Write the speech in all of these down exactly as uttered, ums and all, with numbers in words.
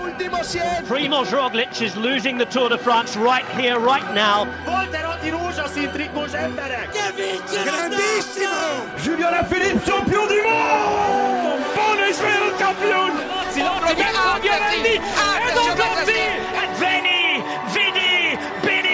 Primoz Roglic is losing the Tour de France right here, right now. Volter Atti rózsaszín trikós emberek! Grandissimo! Julien Alaphilippe, champion du monde! Buon Israel champion! Roberto Giovanni, Edo Gozzi, and Veni, Vidi, Bini!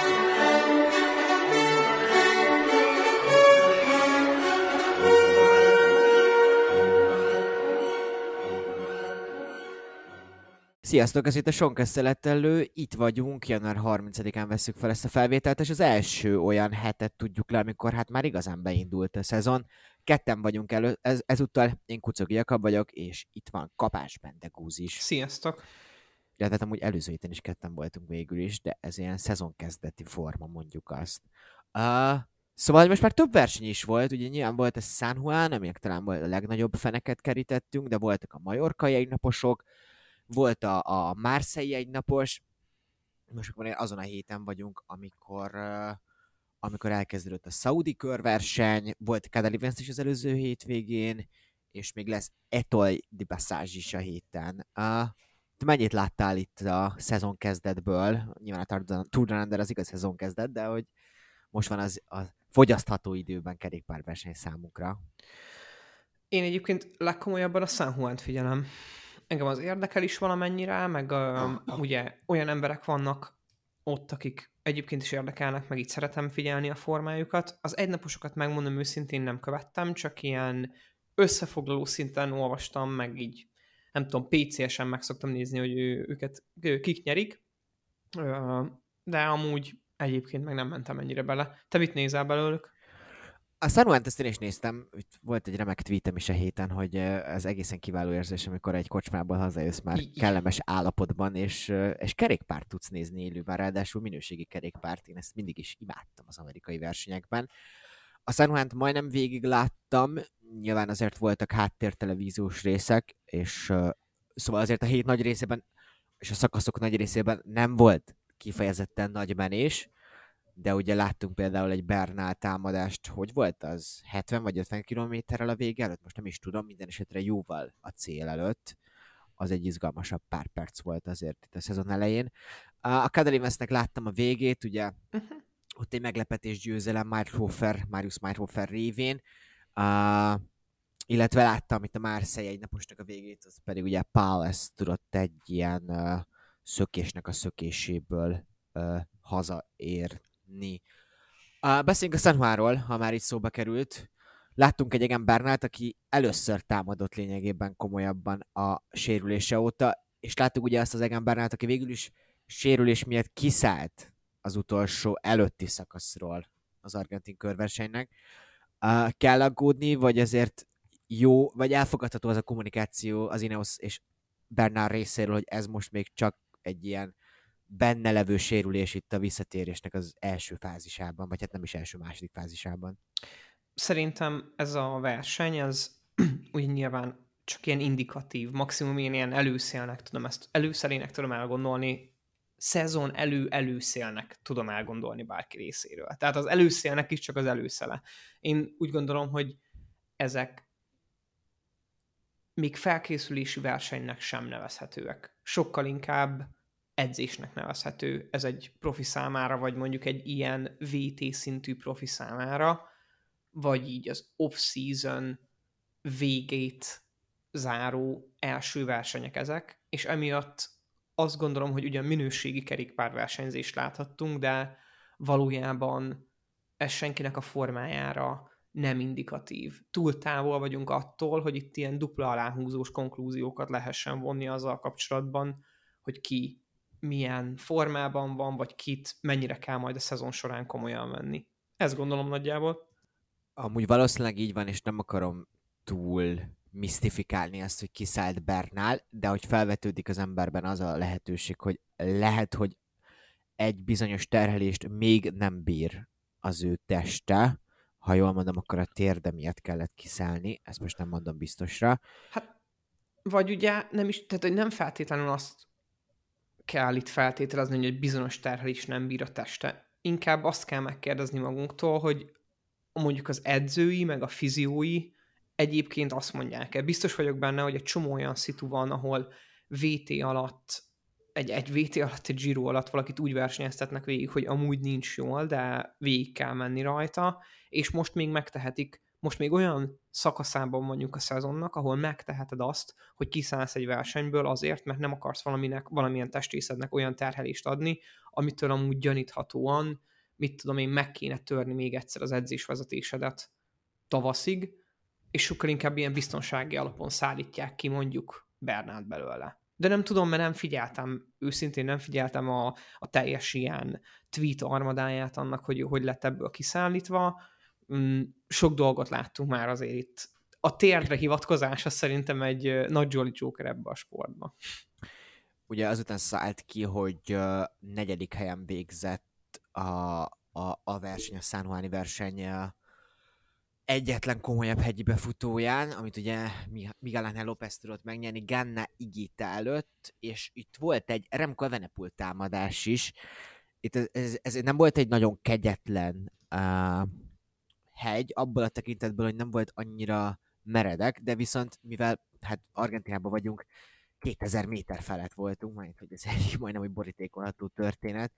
Sziasztok, ez itt a Sonka Szeletelő, itt vagyunk, január harmincadikán vesszük fel ezt a felvételt, és az első olyan hetet tudjuk le, amikor hát már igazán beindult a szezon. Ketten vagyunk elő, ez, ezúttal én Kucogi Jakab vagyok, és itt van Kapás Bendegúz is. Sziasztok! Illetve hát amúgy előző héten is ketten voltunk végül is, de ez ilyen szezonkezdeti forma, mondjuk azt. Uh, szóval most már több verseny is volt, ugye nyilván volt a San Juan, aminek talán volt a legnagyobb feneket kerítettünk, de voltak a majorkai egynaposok, volt a, a Marseille egynapos, most akkor azon a héten vagyunk, amikor, uh, amikor elkezdődött a szaudi körverseny, volt Cadel Events is az előző hétvégén, és még lesz Étoile de Bessage is a héten. Uh, te mennyit láttál itt a szezon kezdetből? Nyilván a Tour de Rwanda az igaz szezon kezdet, de hogy most van az a fogyasztható időben kerékpárverseny számunkra. Én egyébként legkomolyabban a San Juant figyelem. Engem az érdekel is valamennyire, meg uh, ugye olyan emberek vannak ott, akik egyébként is érdekelnek, meg így szeretem figyelni a formájukat. Az egynaposokat megmondom őszintén nem követtem, csak ilyen összefoglaló szinten olvastam, meg így nem tudom, pé cé esen meg szoktam nézni, hogy ő, őket ő, kik nyerik, uh, de amúgy egyébként meg nem mentem ennyire bele. Te mit nézel belőlük? A San Juant ezt én is néztem, itt volt egy remek tweetem is a héten, hogy ez egészen kiváló érzés, amikor egy kocsmából hazajössz már kellemes állapotban, és, és kerékpárt tudsz nézni élőben, ráadásul minőségi kerékpárt, én ezt mindig is imádtam az amerikai versenyekben. A San Juant majdnem végig láttam, nyilván azért voltak háttértelevíziós részek, és uh, szóval azért a hét nagy részében, és a szakaszok nagy részében nem volt kifejezetten nagy menés, de ugye láttunk például egy Bernal támadást, hogy volt az? hetven vagy ötven kilométerrel a vége előtt? Most nem is tudom, minden esetre jóval a cél előtt. Az egy izgalmasabb pár perc volt azért itt a szezon elején. A Cadel Eventsnek láttam a végét, ugye uh-huh. ott egy meglepetés győzelem Mayrhofer, Marius Mayrhofer révén, uh, illetve láttam itt a Marseille egynaposnak a végét, az pedig ugye Palace tudott egy ilyen uh, szökésnek a szökéséből uh, hazaér. Uh, beszéljünk a San Juanról, ha már itt szóba került. Láttunk egy Egan Bernalt, aki először támadott lényegében komolyabban a sérülése óta, és láttuk ugye azt az Egan Bernalt, aki végül is sérülés miatt kiszállt az utolsó előtti szakaszról az argentin körversenynek. Uh, kell aggódni, vagy azért jó, vagy elfogadható az a kommunikáció az Ineos és Bernal részéről, hogy ez most még csak egy ilyen benne levő sérülés itt a visszatérésnek az első fázisában, vagy hát nem is első-második fázisában. Szerintem ez a verseny, ez úgy nyilván csak ilyen indikatív, maximum én ilyen előszélnek tudom ezt, előszelének tudom elgondolni, szezon elő-előszélnek tudom elgondolni bárki részéről. Tehát az előszélnek is csak az előszele. Én úgy gondolom, hogy ezek még felkészülési versenynek sem nevezhetőek. Sokkal inkább edzésnek nevezhető ez egy profi számára, vagy mondjuk egy ilyen vé té szintű profi számára, vagy így az off-season végét záró első versenyek ezek, és emiatt azt gondolom, hogy ugyan minőségi kerékpárversenyzést láthattunk, de valójában ez senkinek a formájára nem indikatív. Túl távol vagyunk attól, hogy itt ilyen dupla aláhúzós konklúziókat lehessen vonni azzal kapcsolatban, hogy ki milyen formában van, vagy kit mennyire kell majd a szezon során komolyan venni. Ezt gondolom nagyjából. Amúgy valószínűleg így van, és nem akarom túl misztifikálni azt, hogy kiszállt Bernal, de hogy felvetődik az emberben az a lehetőség, hogy lehet, hogy egy bizonyos terhelést még nem bír az ő teste. Ha jól mondom, akkor a térde miatt kellett kiszállni. Ezt most nem mondom biztosra. Hát, vagy ugye nem is, tehát hogy nem feltétlenül azt kell itt feltételezni, hogy egy bizonyos terhelés nem bír a teste. Inkább azt kell megkérdezni magunktól, hogy mondjuk az edzői, meg a fiziói egyébként azt mondják-e. Biztos vagyok benne, hogy egy csomó olyan szitu van, ahol vé té alatt, egy, egy vé té alatt, egy Giro alatt valakit úgy versenyeztetnek végig, hogy amúgy nincs jól, de végig kell menni rajta, és most még megtehetik, most még olyan szakaszában mondjuk a szezonnak, ahol megteheted azt, hogy kiszállsz egy versenyből azért, mert nem akarsz valaminek, valamilyen testrészednek olyan terhelést adni, amitől amúgy gyaníthatóan, mit tudom én, meg kéne törni még egyszer az edzésvezetésedet tavaszig, és sokkal inkább ilyen biztonsági alapon szállítják ki mondjuk Bernát belőle. De nem tudom, mert nem figyeltem, őszintén nem figyeltem a, a teljes ilyen tweet armadáját annak, hogy hogy lett ebből kiszállítva. Sok dolgot láttunk már azért itt. A térdre hivatkozása szerintem egy nagy Jolly Joker ebbe a sportba. Ugye azután szállt ki, hogy negyedik helyen végzett a, a, a verseny, a San Juani verseny egyetlen komolyabb hegyi befutóján, amit ugye Miguel Ángel López tudott megnyerni Ganna Higuita előtt, és itt volt egy Remco Evenepoel támadás is. Itt ez, ez, ez nem volt egy nagyon kegyetlen uh, hegy, abból a tekintetből, hogy nem volt annyira meredek, de viszont mivel hát Argentinában vagyunk, kétezer méter felett voltunk, majd hogy ez egy majdnem, hogy borítékolható történet.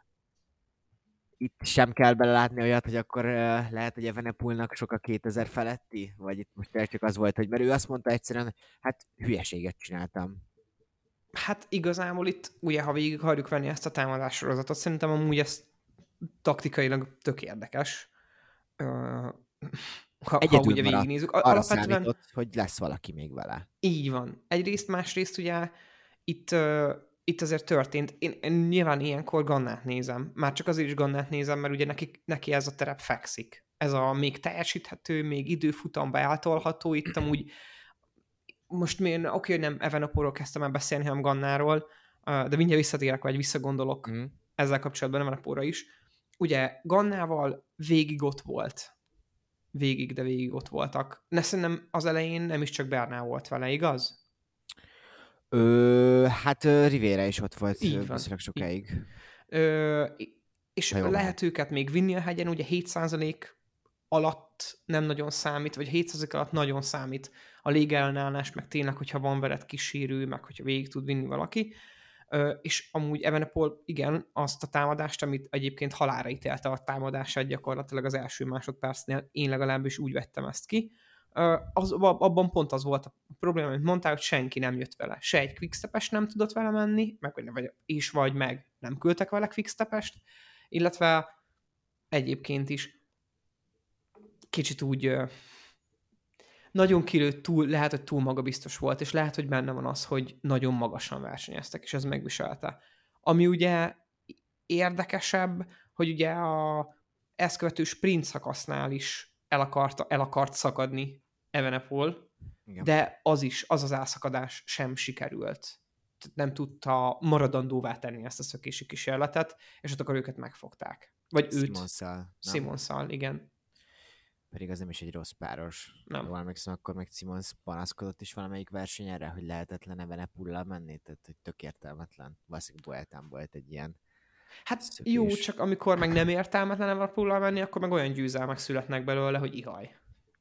Itt sem kell belelátni olyat, hogy akkor uh, lehet, hogy Evenepoelnak sok a kétezer feletti? Vagy itt most csak az volt, hogy mert ő azt mondta egyszerűen, hát hülyeséget csináltam. Hát igazából itt, ugye, ha végig akarjuk venni ezt a támadássorozatot, szerintem amúgy ez taktikailag tök érdekes. Uh, ha, ha ugye végignézzük. Arra alapvetően... számított, hogy lesz valaki még vele. Így van. Egyrészt, másrészt ugye itt... Uh, Itt azért történt. Én, én nyilván ilyenkor Gannát nézem. Már csak azért is Gannát nézem, mert ugye neki, neki ez a terep fekszik. Ez a még teljesíthető, még időfutamba eltolható. Itt amúgy most miért, oké, hogy nem Evenepoelról kezdtem el beszélni, hanem Gannáról, de mindjárt visszatérek, vagy visszagondolok mm. ezzel kapcsolatban Evenepoelra is. Ugye Gannával végig ott volt. Végig, de végig ott voltak. Ne szerintem az elején nem is csak Bernal volt vele, igaz? Ö, hát Rivera is ott volt viszonylag sokáig. Ö, és lehet őket még vinni a hegyen, ugye hét százalék alatt nem nagyon számít, vagy hét százalék alatt nagyon számít a légellenállás, meg tényleg, hogyha van veled kísérő, meg hogyha végig tud vinni valaki. Ö, és amúgy Evenepoel, igen, azt a támadást, amit egyébként halálra ítélte a támadását gyakorlatilag az első másodpercnél, én legalábbis úgy vettem ezt ki. Az, abban pont az volt a probléma, amit mondtál, hogy senki nem jött vele. Se egy quickstepes nem tudott vele menni, meg vagy, és vagy meg nem küldtek vele quickstepest, illetve egyébként is kicsit úgy nagyon kilőtt, túl, lehet, hogy túl magabiztos volt, és lehet, hogy benne van az, hogy nagyon magasan versenyeztek, és ez megviselte. Ami ugye érdekesebb, hogy ugye a ezt követő sprint szakasznál is el, akarta, el akart szakadni Evenepoel, de az is, az az elszakadás sem sikerült. Tehát nem tudta maradandóvá tenni ezt a szökési kísérletet, és ott akkor őket megfogták. Vagy Simonszal, őt. Simonszal, igen. Pedig az nem is egy rossz páros. Nem. Jól emlékszem, akkor meg Simons panaszkodott is valamelyik versenyre, hogy lehetetlen Evenepoellal menni, tehát hogy tök értelmetlen. Valószínűleg Vueltán volt egy ilyen Hát szökés. Jó, csak amikor meg nem értelmetlen Evenepoellal menni, akkor meg olyan győzelmek születnek belőle, hogy ihaj.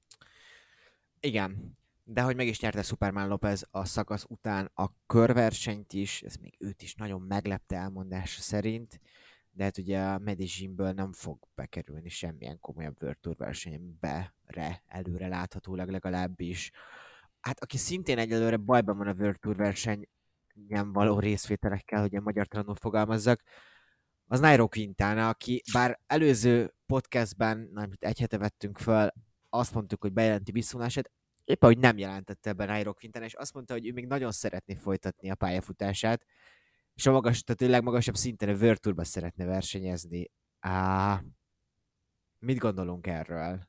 Igen, de hogy meg is nyerte Superman López a szakasz után a körversenyt is, ez még őt is nagyon meglepte elmondása szerint, de hát ugye a Medellinből nem fog bekerülni semmilyen komolyabb World Tour versenybe, előre láthatólag legalábbis. Hát aki szintén egyelőre bajban van a World Tour versenyen való részvételekkel, hogy a magyartalanul fogalmazzak, az Nairo Quintana, aki bár előző podcastben, amit egy hete vettünk föl, azt mondtuk, hogy bejelenti visszavonását, éppen, hogy nem jelentette be Nairo Quintana, és azt mondta, hogy ő még nagyon szeretné folytatni a pályafutását, és a magas, tehát a legmagasabb szinten a World Tourban szeretne versenyezni. Á, mit gondolunk erről?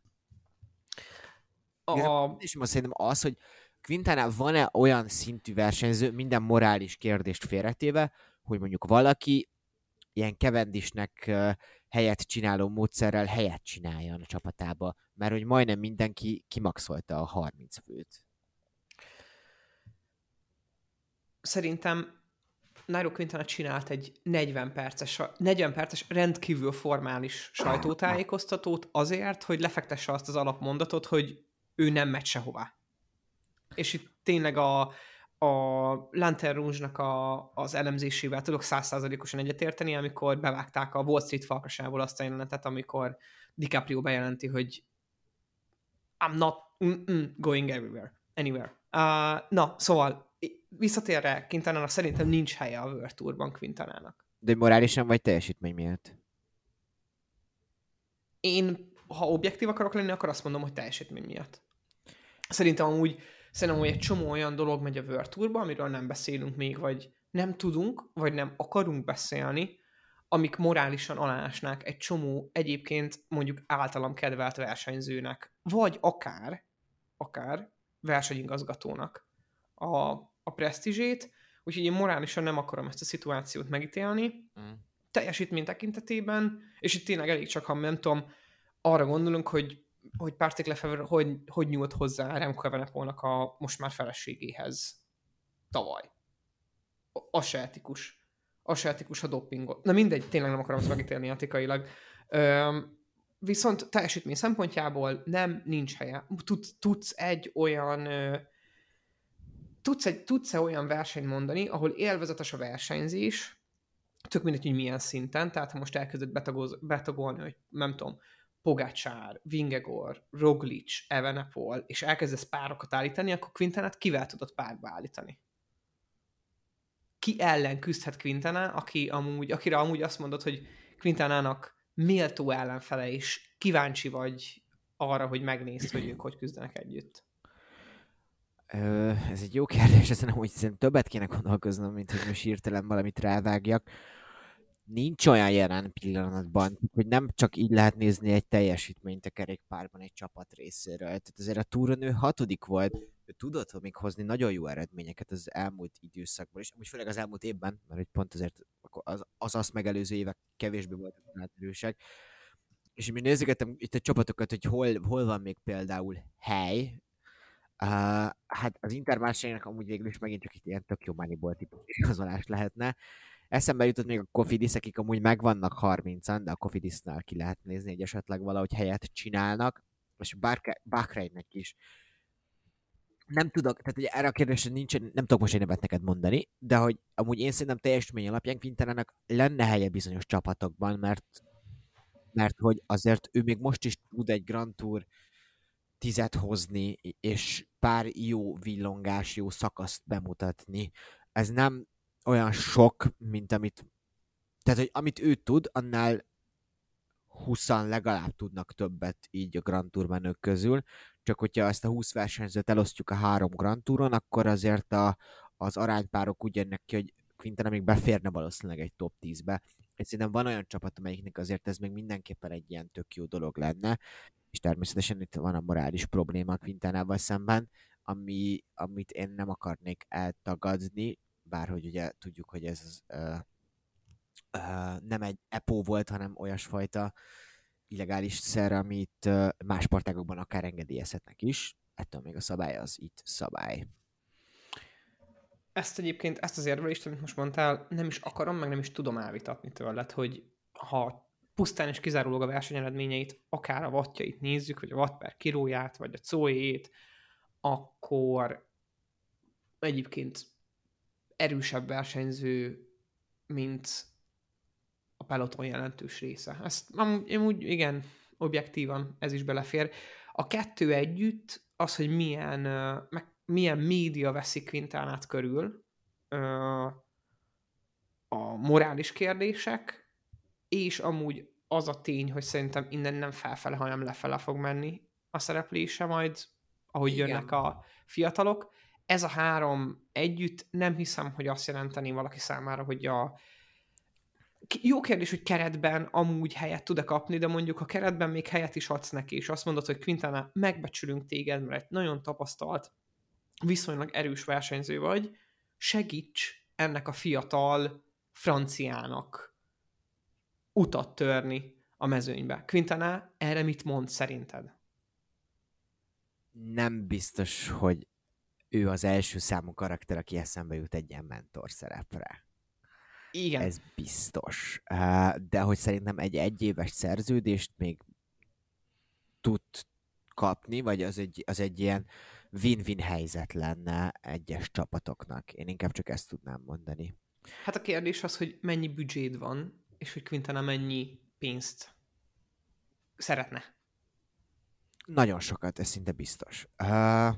A... És most szerintem az, hogy Quintana van-e olyan szintű versenyző, minden morális kérdést félretéve, hogy mondjuk valaki ilyen Cavendishnek helyet csináló módszerrel helyet csináljon a csapatába, mert hogy majdnem mindenki kimaxolta a harminc főt. Szerintem Nairo Quintana csinált egy negyven perces, negyven perces rendkívül formális sajtótájékoztatót azért, hogy lefektesse azt az alapmondatot, hogy ő nem megy sehová. És itt tényleg a, a Lantern Rouge-nak a, az elemzésével tudok száz százalékosan egyetérteni, amikor bevágták a Wall Street falkasából azt a jelenetet, amikor DiCaprio bejelenti, hogy I'm not mm-mm, going everywhere, anywhere. Uh, na, szóval visszatérve Quintanának szerintem nincs helye a World Tourban Quintanának. De morálisan vagy teljesítmény miatt? Én, ha objektív akarok lenni, akkor azt mondom, hogy teljesítmény miatt. Szerintem amúgy, szerintem, hogy egy csomó olyan dolog megy a World Tourban, amiről nem beszélünk még, vagy nem tudunk, vagy nem akarunk beszélni, amik morálisan aláásnák egy csomó egyébként mondjuk általam kedvelt versenyzőnek, vagy akár, akár versenyigazgatónak a, a presztízsét, úgyhogy én morálisan nem akarom ezt a szituációt megítélni, mm. teljesítmény tekintetében, és itt tényleg elég csak, ha nem tudom, arra gondolunk, hogy, hogy Partic Lefevre hogy, hogy nyúlt hozzá Remco Evenepoelnak a most már feleségéhez tavaly. Az se etikus. Az se etikus a dopingot. Na mindegy, tényleg nem akarom ezt megítélni etikailag. Üm, viszont teljesítmény szempontjából nem, nincs helye. Tud, tudsz egy olyan ö, tudsz, egy, tudsz-e olyan versenyt mondani, ahol élvezetes a versenyzés, tök mindegy, hogy milyen szinten, tehát ha most elkezdett betagoz, betagolni, hogy nem tudom, Pogačar, Vingegaard, Roglic, Evenepoel, és elkezdesz párokat állítani, akkor Quintanát kivel tudod párba állítani? Ki ellen küzdhet Quintana, aki amúgy, akire amúgy azt mondod, hogy Quintanának méltó ellenfele, és kíváncsi vagy arra, hogy megnézd, hogy ők hogy küzdenek együtt? Ö, ez egy jó kérdés, ezen amúgy szerintem többet kéne gondolkoznom, mint hogy most hirtelen valamit rávágjak. Nincs olyan jelen pillanatban, hogy nem csak így lehet nézni egy teljesítményt a kerékpárban egy csapat részéről. Tehát azért a túron ő hatodik volt, ő tudott még hozni nagyon jó eredményeket az elmúlt időszakban, és amúgy főleg az elmúlt évben, mert hogy pont azért az, az azt megelőző évek kevésbé voltak erősek. És én nézegettem itt a csapatokat, hogy hol, hol van még például hely. Uh, hát az Intermarché-nek amúgy végül is megint csak itt ilyen tök jó Moneyball típusú igazolás lehetne. Eszembe jutott még a Cofidis, akik amúgy megvannak harmincan, de a Cofidisnál ki lehet nézni, hogy esetleg valahogy helyet csinálnak. És Bahrainnek is. Nem tudok, tehát ugye erre a kérdésre nincs, nem tudok most egy nevet neked mondani, de hogy amúgy én szerintem teljesítmény alapján Quintanának lenne helye bizonyos csapatokban, mert, mert hogy azért ő még most is tud egy Grand Tour tizet hozni, és pár jó villongás, jó szakaszt bemutatni. Ez nem olyan sok, mint amit, tehát hogy amit ő tud, annál húszan legalább tudnak többet így a Grand Tour menők közül, csak hogyha ezt a húsz versenyzőt elosztjuk a három Grand Touron, akkor azért a, az aránypárok úgy jönnek ki, hogy Quintana még beférne valószínűleg egy top tízbe. És szerintem van olyan csapat, amelyiknek azért ez még mindenképpen egy ilyen tök jó dolog lenne, és természetesen itt van a morális probléma Quintanával szemben, ami, amit én nem akarnék eltagadni, bárhogy ugye tudjuk, hogy ez az, uh, uh, nem egy E P O volt, hanem olyasfajta illegális szer, amit uh, más sportágokban akár engedélyezhetnek is. Ettől még a szabály az itt szabály. Ezt egyébként, ezt az érvelést, amit most mondtál, nem is akarom, meg nem is tudom elvitatni tőled, hogy ha pusztán és kizárólag a versenyeredményeit, akár a wattjait nézzük, vagy a watt per kilóját, vagy a cóéjét, akkor egyébként erősebb versenyző, mint a peloton jelentős része. Ezt én úgy, igen, objektívan ez is belefér. A kettő együtt, az, hogy milyen, meg milyen média veszik Quintanát körül, a morális kérdések, és amúgy az a tény, hogy szerintem innen nem felfele, hanem lefele fog menni a szereplése majd, ahogy igen. Jönnek a fiatalok. Ez a három együtt nem hiszem, hogy azt jelenteni valaki számára, hogy a jó kérdés, hogy keretben amúgy helyet tud-e kapni, de mondjuk ha keretben még helyet is adsz neki, és azt mondod, hogy Quintana, megbecsülünk téged, mert egy nagyon tapasztalt, viszonylag erős versenyző vagy, segíts ennek a fiatal franciának utat törni a mezőnybe. Quintana, erre mit mond szerinted? Nem biztos, hogy ő az első számú karakter, aki eszembe jut egy ilyen mentor szerepre. Igen. Ez biztos. De hogy szerintem egy egyéves szerződést még tud kapni, vagy az egy, az egy ilyen win-win helyzet lenne egyes csapatoknak. Én inkább csak ezt tudnám mondani. Hát a kérdés az, hogy mennyi büdzséd van, és hogy Quintana mennyi pénzt szeretne. Nagyon sokat, ez szinte biztos. Uh,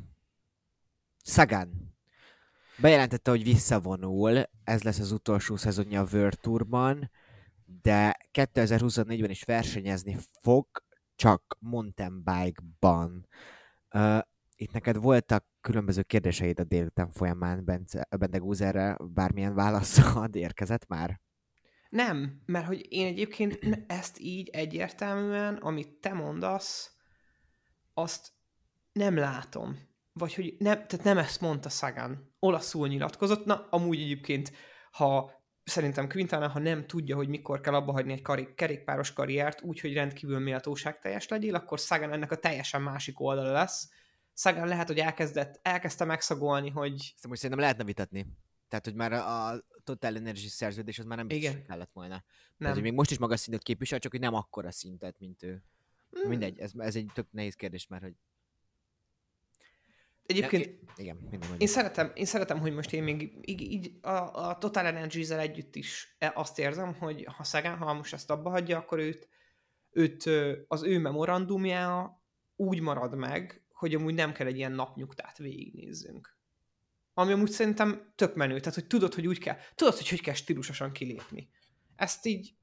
Sagan bejelentette, hogy visszavonul, ez lesz az utolsó szezonja a World Tourban, de kétezer-huszonnégyben is versenyezni fog, csak mountain bike-ban. Uh, itt neked voltak különböző kérdéseid a délután folyamán, Bence, Bende Gúzerre, bármilyen válaszod érkezett már? Nem, mert hogy én egyébként ezt így egyértelműen, amit te mondasz, azt nem látom. Vagy hogy nem, tehát nem ezt mondta Sagan. Olaszul nyilatkozott. Na, amúgy egyébként, ha szerintem Quintana, ha nem tudja, hogy mikor kell abba hagyni egy karik, kerékpáros karriert, úgyhogy rendkívül méltóságteljes legyél, akkor Sagan ennek a teljesen másik oldala lesz. Sagan lehet, hogy elkezdett, elkezdte megszagolni, hogy... Ezt most szerintem lehetne vitatni. Tehát, hogy már a, a Total Energy szerződés az már nem biztos kellett volna. Nem. Tehát, hogy még most is magas szintet képvisel, csak hogy nem akkora szintet, mint ő. Mm. Mindegy, ez, ez egy tök nehéz kérdés már, hogy... Egyébként ja, igen, minden én szeretem, én szeretem, hogy most én még így, így a, a Total Energies-zel együtt is azt érzem, hogy ha Sagan, ha most ezt abba hagyja, akkor őt, őt az ő memorandumja úgy marad meg, hogy amúgy nem kell egy ilyen napnyugtát végignézzünk. Ami amúgy szerintem tök menő, tehát hogy tudod, hogy úgy kell, tudod, hogy hogy kell stílusosan kilépni. Ezt így,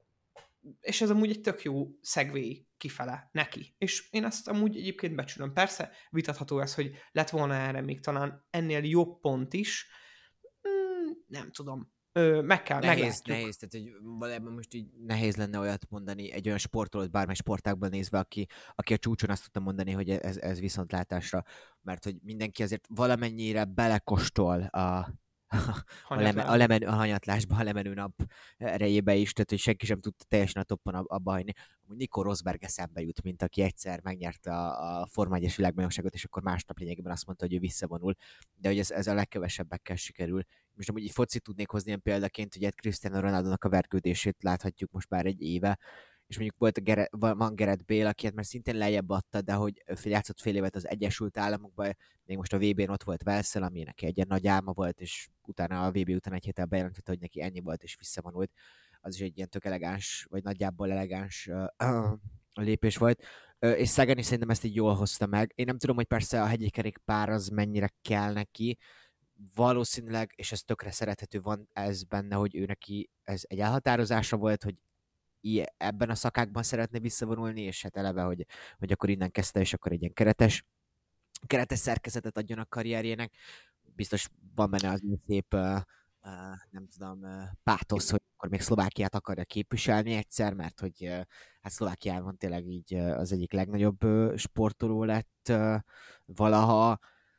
és ez amúgy egy tök jó szegvé kifele neki. És én ezt amúgy egyébként becsülöm. Persze vitatható ez, hogy lett volna erre még talán ennél jobb pont is. Hmm, nem tudom. Ö, meg kell, nehéz, meglátjuk. Nehéz, tehát hogy valójában most így nehéz lenne olyat mondani egy olyan sportolót bármely sportágban nézve, aki, aki a csúcson azt tudta mondani, hogy ez, ez viszontlátásra, mert hogy mindenki azért valamennyire belekostol a A, leme, a, lemen, a hanyatlásba, a lemenő nap erejébe is, tehát hogy senki sem tudta teljesen a toppon abba hagyni. Nico Rosberg eszembe jut, mint aki egyszer megnyerte a, a Forma egyes világbajnokságot, és akkor másnap lényegében azt mondta, hogy ő visszavonul, de hogy ez, ez a legkevesebbekkel sikerül. Most amúgy így foci tudnék hozni ilyen példaként, hogy egy Cristiano Ronaldo-nak a vergődését láthatjuk most már egy éve, és mondjuk volt a Gerett, van Gareth Bale, akiet már szintén lejjebb adta, de hogy játszott fél évet az Egyesült Államokban, még most a vé bén ott volt Velszel, ami neki egy ilyen nagy álma volt, és utána a vé bé után egy héttel bejelentette, hogy neki ennyi volt, és visszavonult. Az is egy ilyen tök elegáns, vagy nagyjából elegáns uh, uh, lépés volt. Uh, és Sagan is szerintem ezt így jól hozta meg. Én nem tudom, hogy persze a hegyi kerékpár az mennyire kell neki. Valószínűleg, és ez tökre szerethető, van ez benne, hogy ő neki ez egy elhatározása volt, hogy ebben a szakákban szeretne visszavonulni, és hát eleve, hogy, hogy akkor innen kezdte, és akkor egy ilyen keretes, keretes szerkezetet adjon a karrierjének. Biztos van benne az ilyen szép, uh, uh, nem tudom, uh, pátosz, hogy akkor még Szlovákiát akarja képviselni egyszer, mert hogy uh, hát Szlovákiában tényleg így uh, az egyik legnagyobb uh, sportoló lett uh, valaha.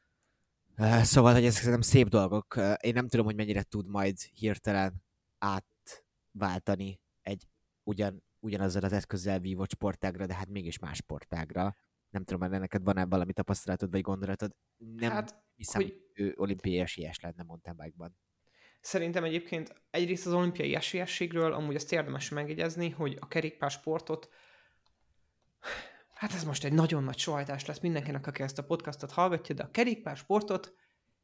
Uh, szóval, hogy ezek nem szép dolgok. Uh, én nem tudom, hogy mennyire tud majd hirtelen átváltani egy ugyan, ugyanazzal az eszközzel vívott sportágra, de hát mégis más sportágra. Nem tudom, mert neked van-e valami tapasztalatod vagy gondolatod? Nem hát, hiszem, hogy ő olimpiai esélyes lenne mountain bike-ban. Szerintem egyébként egyrészt az olimpiai esélyességről amúgy azt érdemes megjegyezni, hogy a kerékpársportot, hát ez most egy nagyon nagy sohajtás lesz mindenkinek, aki ezt a podcastot hallgatja, de a kerékpársportot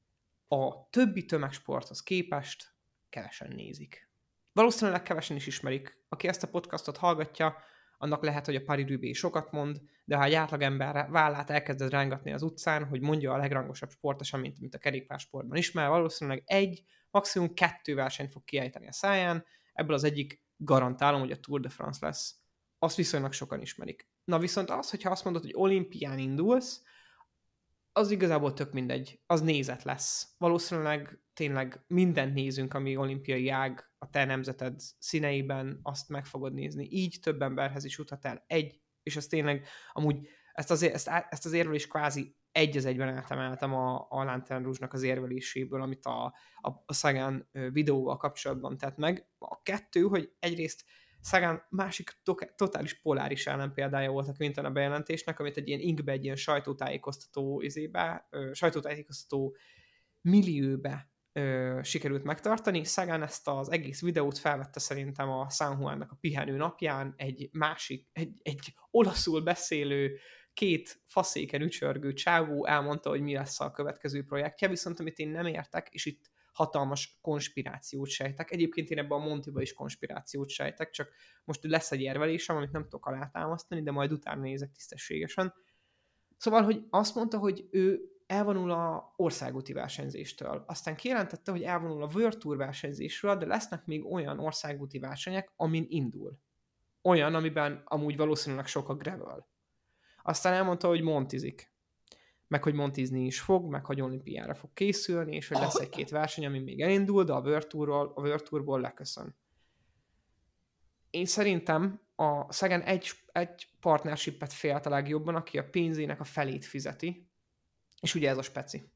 a többi tömegsporthoz képest kevesen nézik. Valószínűleg kevesen is ismerik. Aki ezt a podcastot hallgatja, annak lehet, hogy a Paris-Roubaix sokat mond, de ha egy átlagember vállát elkezded rángatni az utcán, hogy mondja a legrangosabb sportosan, mint, mint a kerékpársportban ismer, valószínűleg egy, maximum kettő versenyt fog kiejteni a száján, ebből az egyik garantálom, hogy a Tour de France lesz. Azt viszonylag sokan ismerik. Na viszont az, hogyha azt mondod, hogy olimpián indulsz, az igazából tök mindegy, az nézet lesz. Valószínűleg tényleg mindent nézünk, ami olimpiai ág a te nemzeted színeiben, azt meg fogod nézni. Így több emberhez is juthat el egy, és ez tényleg, amúgy ezt az, ezt, ezt az érvelést kvázi egy az egyben átemeltem a, a Lanterne Rouge-nak az érveléséből, amit a, a, a Sagan videóval kapcsolatban tett meg. A kettő, hogy egyrészt Sagan másik to- totális poláris ellenpéldája volt a Quintana bejelentésnek, amit egy ilyen inkbe, egy ilyen sajtótájékoztató izébe, ö, sajtótájékoztató millióbe ö, sikerült megtartani. Sagan ezt az egész videót felvette szerintem a San Juannak a pihenő napján egy másik, egy, egy olaszul beszélő két faszéken ücsörgő csávó elmondta, hogy mi lesz a következő projektje, viszont amit én nem értek, és itt hatalmas konspirációt sejtek. Egyébként én ebben a Montyba is konspirációt sejtek, csak most lesz egy érvelésem, amit nem tudok alátámasztani, de majd utána nézek tisztességesen. Szóval, hogy azt mondta, hogy ő elvonul a országúti versenyzéstől. Aztán kijelentette, hogy elvonul a World Tour versenyzésről, de lesznek még olyan országúti versenyek, amin indul. Olyan, amiben amúgy valószínűleg sok a gravel. Aztán elmondta, hogy montizik. Meg, hogy montizni is fog, meg, hogy olimpiára fog készülni, és hogy lesz egy-két verseny, ami még elindul, de a World Tourról, a World Tourból leköszön. Én szerintem a Sagan egy, egy partnershipet félt a legjobban, aki a pénzének a felét fizeti, és ugye ez a Speci.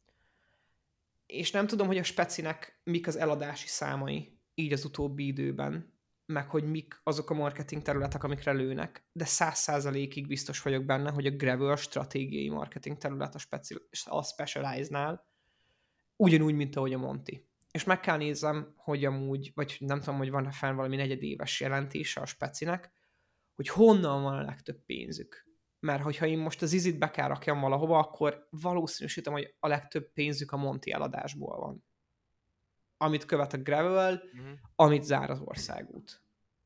És nem tudom, hogy a Specinek mik az eladási számai így az utóbbi időben, meg hogy mik azok a marketing területek, amikre lőnek, de száz százalékig biztos vagyok benne, hogy a gravel stratégiai marketing terület a, speci- a Specialized-nál ugyanúgy, mint ahogy a Monty. És meg kell nézzem, hogy amúgy, vagy nem tudom, hogy van-e fenn valami negyedéves jelentése a Specinek, hogy honnan van a legtöbb pénzük. Mert hogyha én most az izit be kell rakjam valahova, akkor valószínűsítem, hogy a legtöbb pénzük a Monty eladásból van. Amit követ a gravel, uh-huh. amit zár az országút.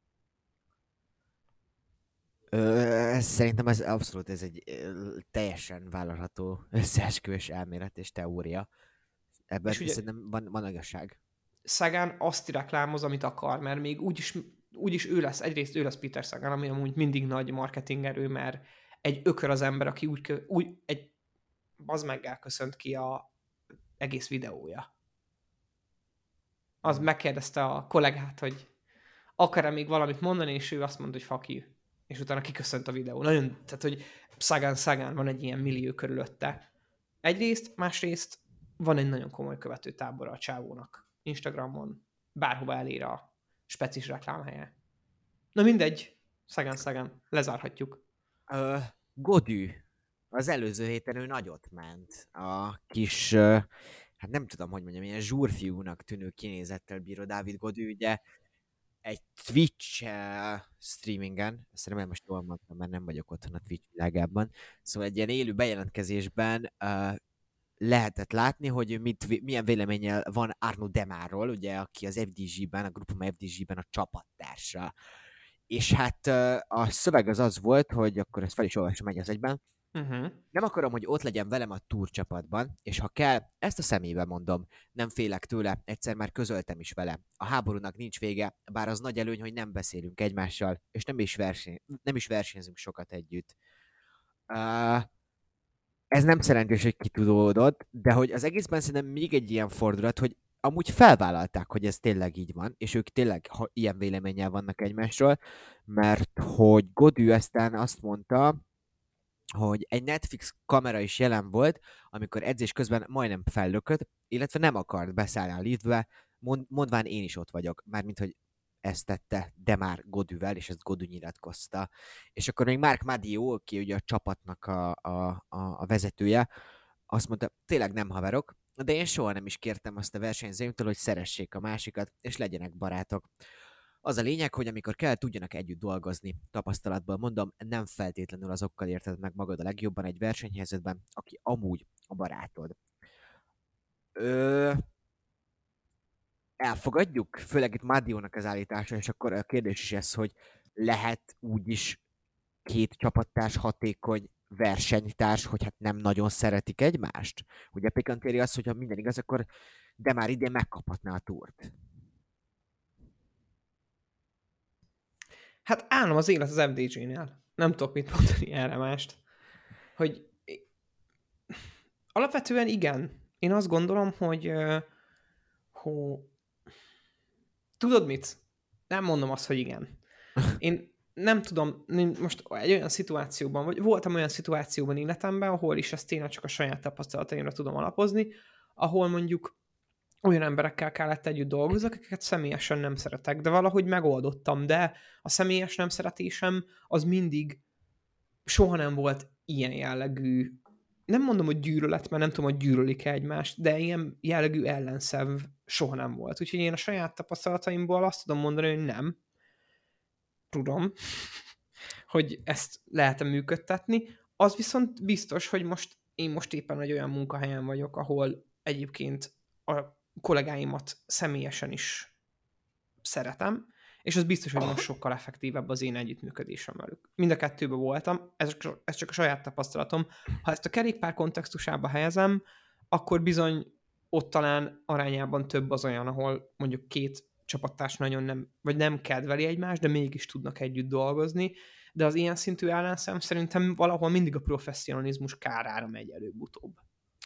Ö, ez, szerintem ez abszolút ez egy ö, teljesen vállalható összeesküvés elmélet és teória. Ebben és szerintem van, van igazság. Sagan azt reklámoz, amit akar, mert még úgyis, úgyis ő lesz, egyrészt ő lesz Peter Sagan, ami amúgy mindig nagy marketingerő, mert egy ökör az ember, aki úgy, úgy egy bazmeggel köszönt ki a egész videója. Az megkérdezte a kollégát, hogy akar-e még valamit mondani, és ő azt mondta, hogy fuck you. És utána kiköszönt a videó. Nagyon, tehát, hogy Sagan Sagan van egy ilyen millió körülötte. Egyrészt, másrészt van egy nagyon komoly követőtábora a csávónak. Instagramon, bárhova elér a specis reklámhelye. Na mindegy, Sagan Sagan, lezárhatjuk. Uh, Godű. Az előző héten ő nagyot ment. A kis... Uh... hát nem tudom, hogy mondjam, ilyen zsúrfiúnak tűnő kinézettel bíró Dávid Godű, ugye egy Twitch uh, streamingen, ezt remélem most jól mondtam, mert nem vagyok otthon a Twitch világában, szóval egy ilyen élő bejelentkezésben uh, lehetett látni, hogy mit, milyen véleménnyel van Arnaud Démarról, ugye, aki az ef dé gé-ben, a Groupama ef dé gé-ben a csapattársa. És hát uh, a szöveg az az volt, hogy akkor ezt fel is olvasom egy az egyben, Uh-huh. nem akarom, hogy ott legyen velem a Tour csapatban, és ha kell, ezt a szemébe mondom, nem félek tőle, egyszer már közöltem is vele. A háborúnak nincs vége, bár az nagy előny, hogy nem beszélünk egymással, és nem is, verseny, nem is versenyzünk sokat együtt. Uh, ez nem szerencsés, hogy kitudódott, de hogy az egészben szerintem még egy ilyen fordulat, hogy amúgy felvállalták, hogy ez tényleg így van, és ők tényleg ilyen véleménnyel vannak egymásról, mert hogy Godű aztán azt mondta, hogy egy Netflix kamera is jelen volt, amikor edzés közben majdnem fellökött, illetve nem akart beszállni a liftbe, mond, mondván én is ott vagyok, mármint, hogy ezt tette Démar Godűvel, és ezt Godű nyilatkozta. És akkor még Marc Madiot, aki ugye a csapatnak a, a, a, a vezetője, azt mondta, tényleg nem haverok, de én soha nem is kértem azt a versenyzőimtől, hogy szeressék a másikat, és legyenek barátok. Az a lényeg, hogy amikor kell, tudjanak együtt dolgozni. Tapasztalatból mondom, nem feltétlenül azokkal érted meg magad a legjobban egy versenyhelyzetben, aki amúgy a barátod. Ö... Elfogadjuk? Főleg itt Madiónak az állítása, és akkor a kérdés is ez, hogy lehet úgyis két csapattárs hatékony versenytárs, hogy hát nem nagyon szeretik egymást? Ugye Pikantéri az, hogyha minden igaz, akkor de már idén megkaphatná a Tourt. Hát állom az élet az ef dé gé-nél. Nem tudok mit mondani erre mást. Hogy alapvetően igen. Én azt gondolom, hogy, hogy tudod mit? Nem mondom azt, hogy igen. Én nem tudom, most egy olyan szituációban, vagy voltam olyan szituációban életemben, ahol is ezt tényleg csak a saját tapasztalataimra tudom alapozni, ahol mondjuk olyan emberekkel kellett együtt dolgozni, akiket személyesen nem szeretek, de valahogy megoldottam, de a személyes nem szeretésem az mindig soha nem volt ilyen jellegű, nem mondom, hogy gyűlölet, mert nem tudom, hogy gyűlölik egymást, de ilyen jellegű ellenszev soha nem volt. Úgyhogy én a saját tapasztalataimból azt tudom mondani, hogy nem. Tudom, hogy ezt lehet-e működtetni. Az viszont biztos, hogy most én most éppen egy olyan munkahelyen vagyok, ahol egyébként a kollégáimat személyesen is szeretem, és az biztos, hogy most sokkal effektívebb az én együttműködésem velük. Mind a kettőben voltam, ez, ez csak a saját tapasztalatom. Ha ezt a kerékpár kontextusába helyezem, akkor bizony ott talán arányában több az olyan, ahol mondjuk két csapattárs nagyon nem, vagy nem kedveli egymást, de mégis tudnak együtt dolgozni, de az ilyen szintű ellenszem szerintem valahol mindig a professzionalizmus kárára megy előbb-utóbb.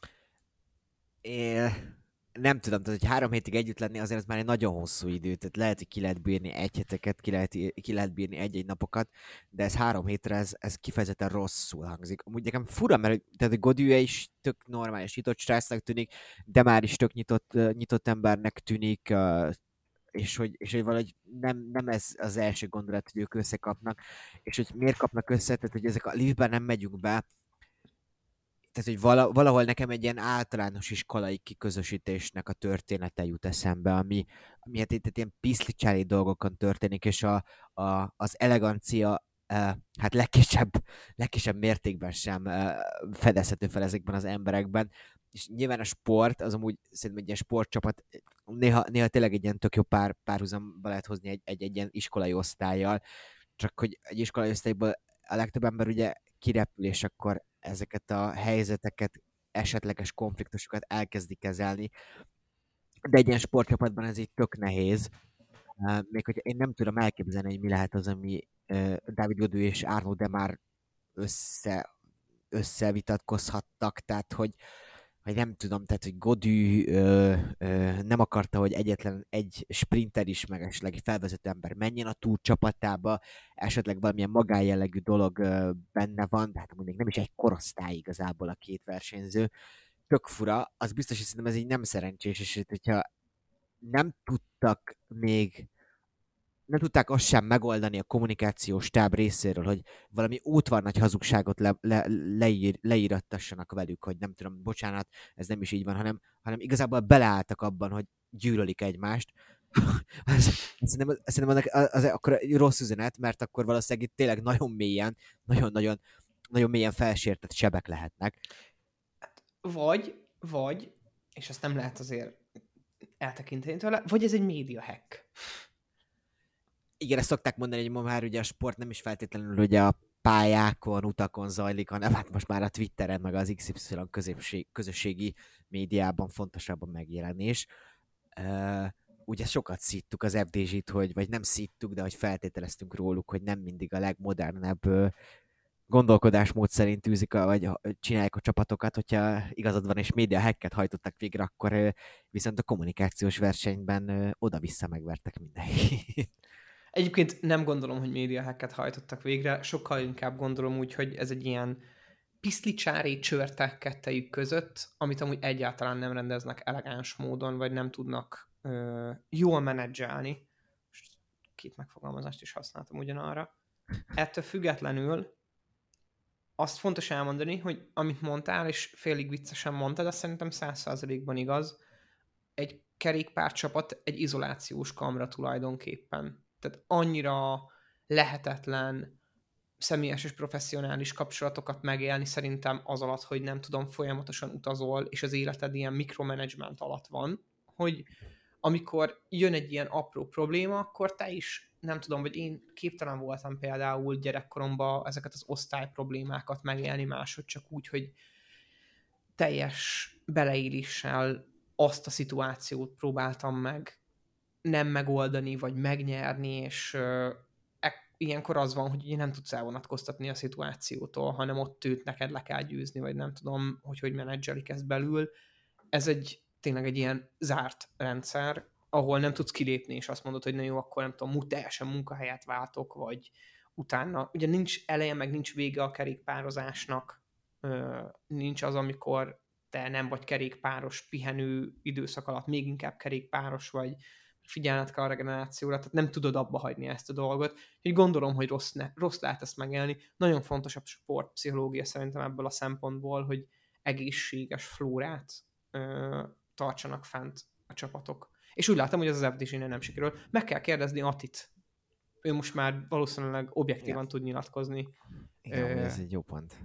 É, nem tudom, tehát, hogy három hétig együtt lenni azért ez már egy nagyon hosszú idő, tehát lehet, hogy ki lehet bírni egy heteket, ki lehet, ki lehet bírni egy-egy napokat, de ez három hétre, ez, ez kifejezetten rosszul hangzik. Amúgy nekem fura, mert tehát a Godue is tök normális, nyitott srácnak tűnik, de már is tök nyitott, nyitott embernek tűnik, és hogy, és hogy valahogy nem, nem ez az első gondolat, hogy ők összekapnak, és hogy miért kapnak össze, tehát hogy ezek a liftben nem megyünk be, tehát hogy vala, valahol nekem egy ilyen általános iskolai kiközösítésnek a története jut eszembe, ami, ami hát itt ilyen piszlicsári dolgokon történik, és a, a, az elegancia eh, hát legkisebb, legkisebb mértékben sem eh, fedezhető fel ezekben az emberekben, és nyilván a sport, az amúgy szerintem egy ilyen sportcsapat, néha, néha tényleg egy ilyen tök jó pár, párhuzamba lehet hozni egy, egy, egy ilyen iskolai osztályjal, csak hogy egy iskolai osztályból a legtöbb ember ugye kirepül, és akkor ezeket a helyzeteket, esetleges konfliktusokat elkezdi kezelni. De egy ilyen sportcsapatban ez így tök nehéz. Uh, még hogy én nem tudom elképzelni, hogy mi lehet az, ami uh, David Godue és Arnaud Démare össze, összevitatkozhattak, tehát hogy hogy nem tudom, tehát, hogy Godue ö, ö, nem akarta, hogy egyetlen egy sprinter is, meg esetleg egy felvezető ember menjen a túr csapatába, esetleg valamilyen magánjellegű dolog ö, benne van, de hát mondjuk nem is egy korosztály igazából a két versenyző. Tök fura, az biztos, hogy szerintem ez így nem szerencsés, és hogyha nem tudtak még nem tudták azt sem megoldani a kommunikációs stáb részéről, hogy valami útvarnagy hazugságot le, le, leír, leírattassanak velük, hogy nem tudom, bocsánat, ez nem is így van, hanem, hanem igazából beleálltak abban, hogy gyűlölik egymást. Szerintem, szerintem az, az, az akkor rossz üzenet, mert akkor valószínűleg itt tényleg nagyon mélyen, nagyon-nagyon nagyon mélyen felsértett sebek lehetnek. Vagy, vagy, és ezt nem lehet azért eltekinteni tőle, vagy ez egy média hack. Igen, ezt szokták mondani, hogy ma már ugye a sport nem is feltétlenül ugye a pályákon, utakon zajlik, hanem hát most már a Twitteren, meg az iksz ipszilon közösség, közösségi médiában fontosabb a megjelenés. Uh, ugye sokat szíttuk az ef dé zét, hogy, vagy nem szíttuk, de hogy feltételeztünk róluk, hogy nem mindig a legmodernebb uh, gondolkodásmód szerint űzik, a, vagy csinálják a csapatokat, hogyha igazad van és média hacket hajtottak végre, akkor uh, viszont a kommunikációs versenyben uh, oda-vissza megvertek mindenkit. Egyébként nem gondolom, hogy média hacket hajtottak végre, sokkal inkább gondolom úgy, hogy ez egy ilyen piszlicsári csörte kettejük között, amit amúgy egyáltalán nem rendeznek elegáns módon, vagy nem tudnak ö, jól menedzselni. Két megfogalmazást is használtam ugyanarra. Ettől függetlenül azt fontos elmondani, hogy amit mondtál, és félig viccesen mondtad, azt szerintem száz százalékban igaz, egy kerékpárcsapat egy izolációs kamra tulajdonképpen. Tehát annyira lehetetlen személyes és professzionális kapcsolatokat megélni szerintem az alatt, hogy nem tudom, folyamatosan utazol, és az életed ilyen mikromanagement alatt van, hogy amikor jön egy ilyen apró probléma, akkor te is, nem tudom, vagy én képtelen voltam például gyerekkoromban ezeket az osztály problémákat megélni máshogy, csak úgy, hogy teljes beleéléssel azt a szituációt próbáltam meg nem megoldani, vagy megnyerni, és uh, e- ilyenkor az van, hogy ugye nem tudsz elvonatkoztatni a szituációtól, hanem ott őt neked le kell győzni, vagy nem tudom, hogy hogy menedzselik ezt belül. Ez egy tényleg egy ilyen zárt rendszer, ahol nem tudsz kilépni, és azt mondod, hogy na jó, akkor nem tudom, teljesen munkahelyet váltok, vagy utána. Ugye nincs eleje, meg nincs vége a kerékpározásnak, uh, nincs az, amikor te nem vagy kerékpáros, pihenő időszak alatt még inkább kerékpáros vagy, figyelned kell a regenerációra, tehát nem tudod abba hagyni ezt a dolgot. Úgyhogy gondolom, hogy rossz, ne, rossz lehet ezt megélni. Nagyon fontos a sportpszichológia szerintem ebből a szempontból, hogy egészséges flórát ö, tartsanak fent a csapatok. És úgy látom, hogy az az ef dé zé-nél nem sikerül. Meg kell kérdezni Attit. Ő most már valószínűleg objektívan Igen. tud nyilatkozni. Igen, ö, ez egy jó pont.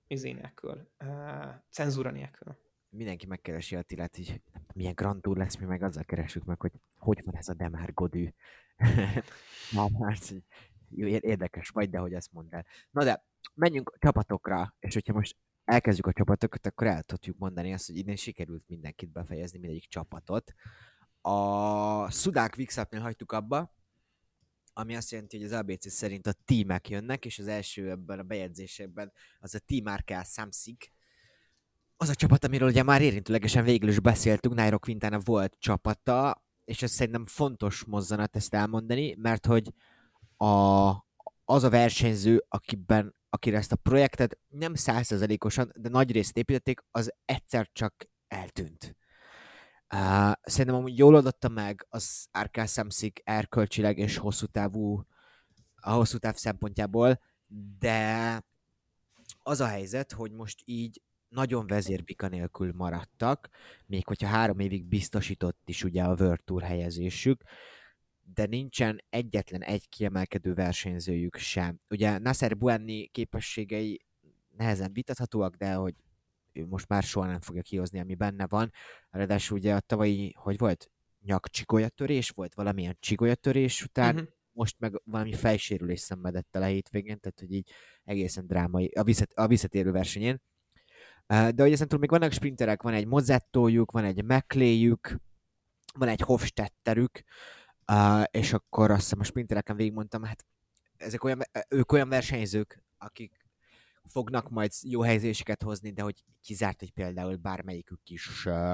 izé nélkül, uh, cenzúra nélkül. Mindenki megkeresi Attilát, hogy milyen Grand Tour lesz, mi meg azzal keresünk meg, hogy hogy van ez a Demár Godű. Na, hát, jó, érdekes vagy, de hogy ezt mondd el. Na de, menjünk a csapatokra, és hogyha most elkezdjük a csapatokat, akkor el tudjuk mondani azt, hogy innen sikerült mindenkit befejezni, mindegyik csapatot. A Szudák Quickstepnél hagytuk abba, ami azt jelenti, hogy az á bé cé szerint a tímek jönnek, és az első ebben a bejegyzésekben az a Team er ká Samsic. Az a csapat, amiről ugye már érintőlegesen végül is beszéltünk, Nairo Quintana volt csapata, és ez szerintem fontos mozzanat ezt elmondani, mert hogy a, az a versenyző, akiben, akire ezt a projektet nem száz százalékosan, de nagy részt építették, az egyszer csak eltűnt. Uh, szerintem amúgy jól adotta meg az er ká Samsic erkölcsileg és hosszú távú, a hosszú táv szempontjából, de az a helyzet, hogy most így nagyon vezérbika nélkül maradtak, még hogyha három évig biztosított is ugye a World Tour helyezésük, de nincsen egyetlen egy kiemelkedő versenyzőjük sem. Ugye Nasser Buenni képességei nehezen vitathatóak, de hogy ő most már soha nem fogja kihozni, ami benne van. Ráadásul ugye a tavalyi, hogy volt? Nyakcsigolyatörés volt, valamilyen csigolyatörés után, uh-huh. most meg valami fejsérülés szenvedett el a hétvégén, tehát hogy így egészen drámai a, visszat, a visszatérő versenyén. De hogy ezen túl még vannak sprinterek, van egy Mozzettójuk, van egy McLeayük, van egy Hofstetterük, és akkor azt hiszem a sprintereken végigmondtam, hát ezek olyan, ők olyan versenyzők, akik fognak majd jó helyzéseket hozni, de hogy kizárt, hogy például bármelyikük is, uh,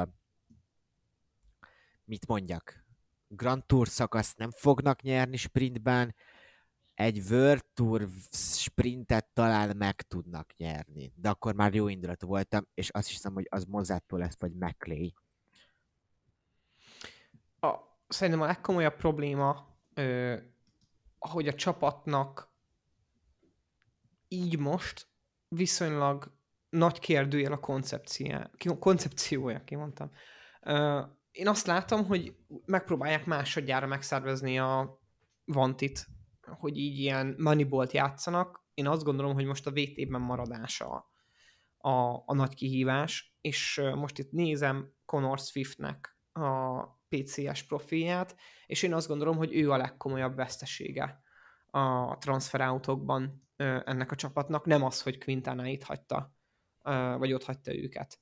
mit mondjak, Grand Tour szakaszt nem fognak nyerni sprintben, egy World Tour sprintet talán meg tudnak nyerni, de akkor már jó indulatú voltam, és azt hiszem, hogy az Mozzattó lesz, vagy McLeay. A, szerintem a legkomolyabb probléma, ö, hogy a csapatnak így most viszonylag nagy kérdőjel a koncepciója, koncepciója kimondtam. Én azt látom, hogy megpróbálják másodjára megszervezni a Vantit, hogy így ilyen Moneyballt játszanak. Én azt gondolom, hogy most a vé té-ben maradása a, a nagy kihívás, és most itt nézem Connor Swiftnek a pé cé es profilját, és én azt gondolom, hogy ő a legkomolyabb vesztesége a transferáutokban ennek a csapatnak, nem az, hogy Quintana itt hagyta, vagy ott hagyta őket.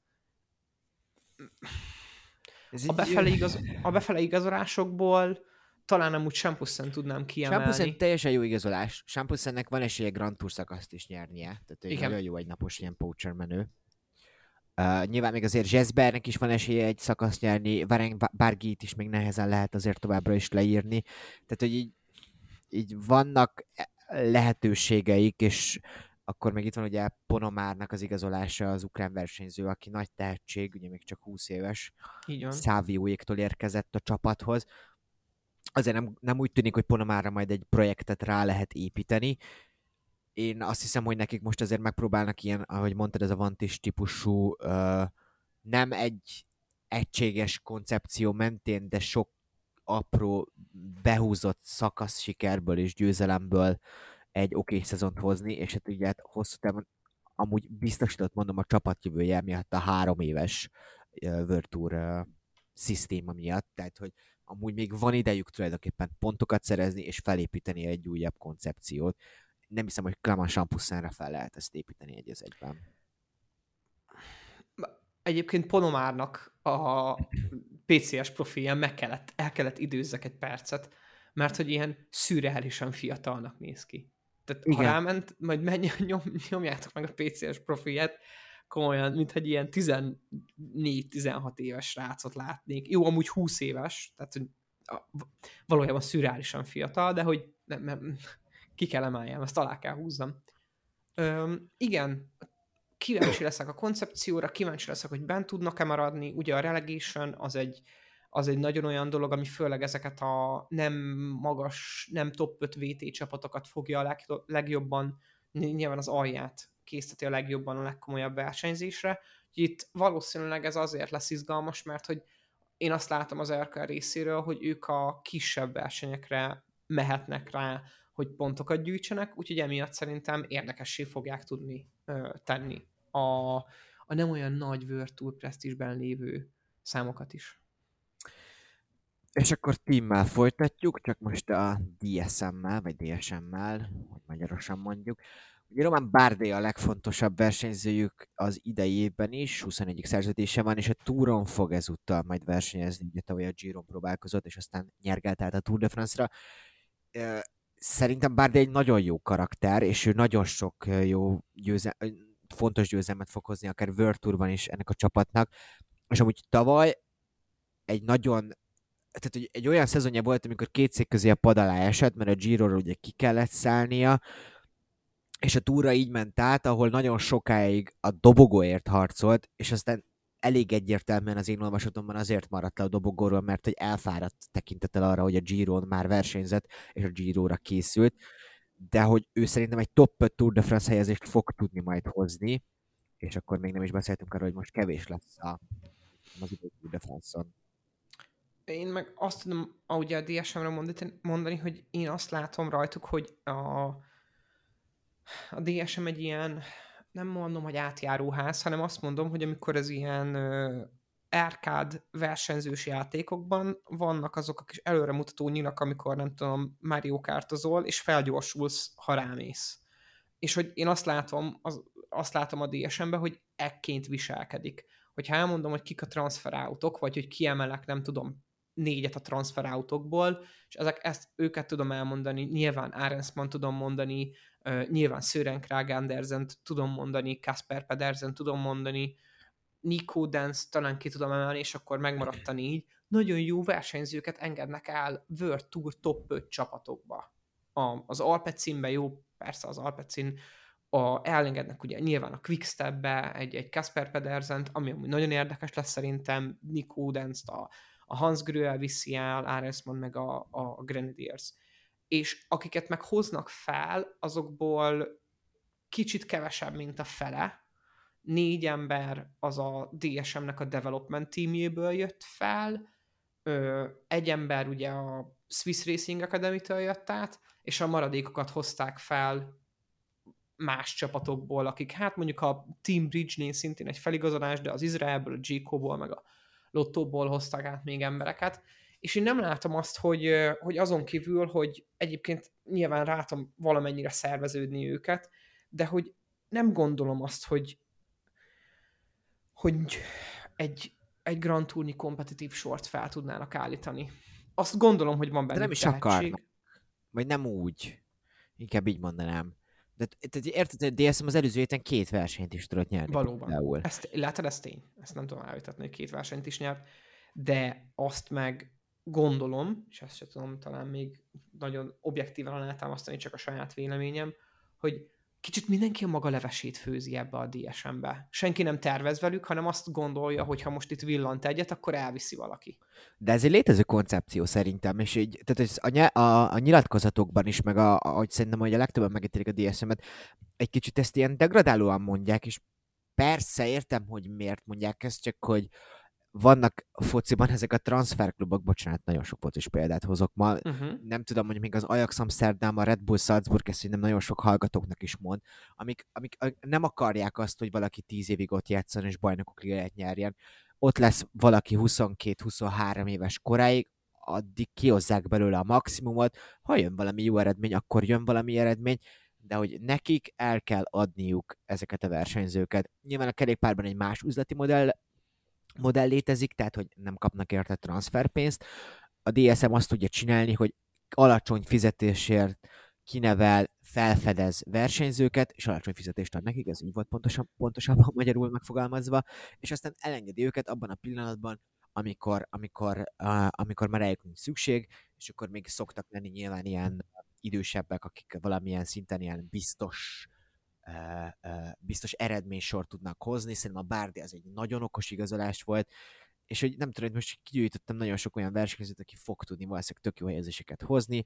A befele, igaz, a befele igazolásokból talán amúgy Champussen tudnám kiemelni. Champussen teljesen jó igazolás. Champussennek van esélye Grand Tour szakaszt is nyernie, tehát egy nagyon jó egynapos ilyen poacher menő. Uh, nyilván még azért Jesbernek is van esélye egy szakaszt nyerni, Vareng Barguit is még nehezen lehet azért továbbra is leírni. Tehát, hogy így, így vannak lehetőségeik, és akkor meg itt van ugye Ponomárnak az igazolása, az ukrán versenyző, aki nagy tehetség, ugye még csak húsz éves, Szávióéktól érkezett a csapathoz. Azért nem, nem úgy tűnik, hogy Ponomárra majd egy projektet rá lehet építeni. Én azt hiszem, hogy nekik most azért megpróbálnak ilyen, ahogy mondtad, ez a Vantis típusú, uh, nem egy egységes koncepció mentén, de sok apró, behúzott szakasz sikerből és győzelemből egy oké okay szezont hozni, és hát ugye hosszú távon amúgy biztosított, mondom, a csapatjövője miatt a három éves uh, World Tour uh, szisztéma miatt, tehát hogy amúgy még van idejük tulajdonképpen pontokat szerezni és felépíteni egy újabb koncepciót. Nem hiszem, hogy Clément Champussenre fel lehet ezt építeni egy az egyben. Egyébként Ponomárnak a pé cé es profilja meg kellett, el kellett időzzek egy percet, mert hogy ilyen szürreálisan fiatalnak néz ki. Tehát igen. Ha ráment, majd menj, nyom, nyomjátok meg a pé cé es profilját, komolyan, mint egy ilyen tizennégy-tizenhat éves srácot látnék. Jó, amúgy húsz éves, tehát hogy valójában szürreálisan fiatal, de hogy nem, nem, ki kell emeljem, ezt alá kell húzzam. Üm, igen, kíváncsi leszek a koncepcióra, kíváncsi leszek, hogy bent tudnak-e maradni. Ugye a relegation az egy, az egy nagyon olyan dolog, ami főleg ezeket a nem magas, nem top öt vé té csapatokat fogja a leg, legjobban, nyilván az alját készíteti a legjobban a legkomolyabb versenyzésre. Itt valószínűleg ez azért lesz izgalmas, mert hogy én azt látom az er ká részéről, hogy ők a kisebb versenyekre mehetnek rá, hogy pontokat gyűjtsenek, úgyhogy emiatt szerintem érdekessé fogják tudni ö, tenni a, a nem olyan nagy World Tour presztízsben lévő számokat is. És akkor teammel folytatjuk, csak most a dé es em-mel, vagy dé es em-mel, hogy magyarosan mondjuk. Ugye Romain Bardet a legfontosabb versenyzőjük az idei évben is, huszonegyedik szerződése van, és a Touron fog ezúttal majd versenyezni, ugye tavaly a Giron próbálkozott, és aztán nyergelt át a Tour de France-ra. Szerintem Bardet egy nagyon jó karakter, és ő nagyon sok jó győze, fontos győzelmet fog hozni, akár World Tourban is ennek a csapatnak. És amúgy tavaly egy nagyon tehát egy olyan szezonja volt, amikor két szék közé a pad alá esett, mert a Giroról ugye ki kellett szállnia, és a túra így ment át, ahol nagyon sokáig a dobogóért harcolt, és aztán elég egyértelműen az én olvasatomban azért maradt le a dobogóról, mert hogy elfáradt tekintettel arra, hogy a Giron már versenyzett, és a Girora készült, de hogy ő szerintem egy top öt Tour de France helyezést fog tudni majd hozni, és akkor még nem is beszéltünk arról, hogy most kevés lesz a, az idei Tour de France-on. Én meg azt tudom, ahogy a dé es em-re mondani, mondani, hogy én azt látom rajtuk, hogy a, a dé es em egy ilyen, nem mondom, hogy átjáróház, hanem azt mondom, hogy amikor ez ilyen arcade versenyzős játékokban vannak azok a kis előremutató nyilak, amikor nem tudom, Mario Kartozol, és felgyorsulsz, ha rámész. És hogy én azt látom, az, azt látom a dé es em-ben, hogy ekként viselkedik. Hogyha elmondom, hogy kik a transferautok, vagy hogy kiemelek, nem tudom, négyet a transferautokból, és ezek, ezt, őket tudom elmondani, nyilván Arensman tudom mondani, uh, nyilván Søren Kragh Andersent tudom mondani, Kasper Pedersen tudom mondani, Nico Dens talán ki tudom emelni, és akkor megmaradt a négy. Nagyon jó versenyzőket engednek el World Tour top öt csapatokba. A, az Alpecinben jó, persze az Alpecin, a, elengednek ugye nyilván a Quickstepbe egy, egy Kasper Pedersent, ami amúgy nagyon érdekes lesz szerintem, Nico Denst, a, a Hans Gruel viszi el, Arensman meg a, a Grenadiers. És akiket meg hoznak fel, azokból kicsit kevesebb, mint a fele. Négy ember az a dé es em-nek a development teamjéből jött fel, Ö, egy ember ugye a Swiss Racing Academy-től jött át, és a maradékokat hozták fel más csapatokból, akik hát mondjuk a Team Bridge-nél szintén egy feligazolás, de az Izraelből, a Jayco-ból, meg a Lottóból hozták át még embereket, és én nem látom azt, hogy, hogy azon kívül, hogy egyébként nyilván látom valamennyire szerveződni őket, de hogy nem gondolom azt, hogy hogy egy, egy Grand Tourney kompetitív sort fel tudnának állítani. Azt gondolom, hogy van benne de nem is akarnak. Vagy nem úgy. Inkább így mondanám. De érted, hogy a dé es em az előző héten két versenyt is tudott nyerni. Valóban. Ezt, látod, ez tény. Ezt nem tudom elvitatni, hogy két versenyt is nyert. De azt meg gondolom, és ezt sem tudom talán még nagyon objektíven alátámasztani, csak a saját véleményem, hogy kicsit mindenki a maga levesét főzi ebbe a dé es em-be. Senki nem tervez velük, hanem azt gondolja, hogy ha most itt villant egyet, akkor elviszi valaki. De ez egy létező koncepció szerintem, és így, tehát a, ny- a, a nyilatkozatokban is, meg a, ahogy szerintem, hogy a legtöbben megítélik a dé es em-et, egy kicsit ezt ilyen degradálóan mondják, és persze értem, hogy miért mondják ezt, csak hogy vannak a fociban ezek a transferklubok, bocsánat, nagyon sok focis példát hozok ma, uh-huh. Nem tudom, hogy még az Ajax Amsterdam, a Red Bull Salzburg, ezt nem nagyon sok hallgatóknak is mond, amik, amik nem akarják azt, hogy valaki tíz évig ott játszon és bajnokok ligáját nyerjen. Ott lesz valaki huszonkettő-huszonhárom éves koráig, addig kihozzák belőle a maximumot, ha jön valami jó eredmény, akkor jön valami eredmény, de hogy nekik el kell adniuk ezeket a versenyzőket. Nyilván a kerékpárban egy más üzleti modell modell létezik, tehát hogy nem kapnak érte transferpénzt. A dé es em azt tudja csinálni, hogy alacsony fizetésért kinevel, felfedez versenyzőket, és alacsony fizetést ad nekik, ez így volt pontosan, pontosabban magyarul megfogalmazva, és aztán elengedi őket abban a pillanatban, amikor, amikor, uh, amikor már rájuk nincs szükség, és akkor még szoktak lenni nyilván ilyen idősebbek, akik valamilyen szinten ilyen biztos Uh, uh, biztos eredménysort tudnak hozni, szerintem a Bardet az egy nagyon okos igazolás volt, és hogy nem tudom, hogy most kigyűjtöttem nagyon sok olyan versenyzőt, aki fog tudni valószínűleg tök jó helyezéseket hozni.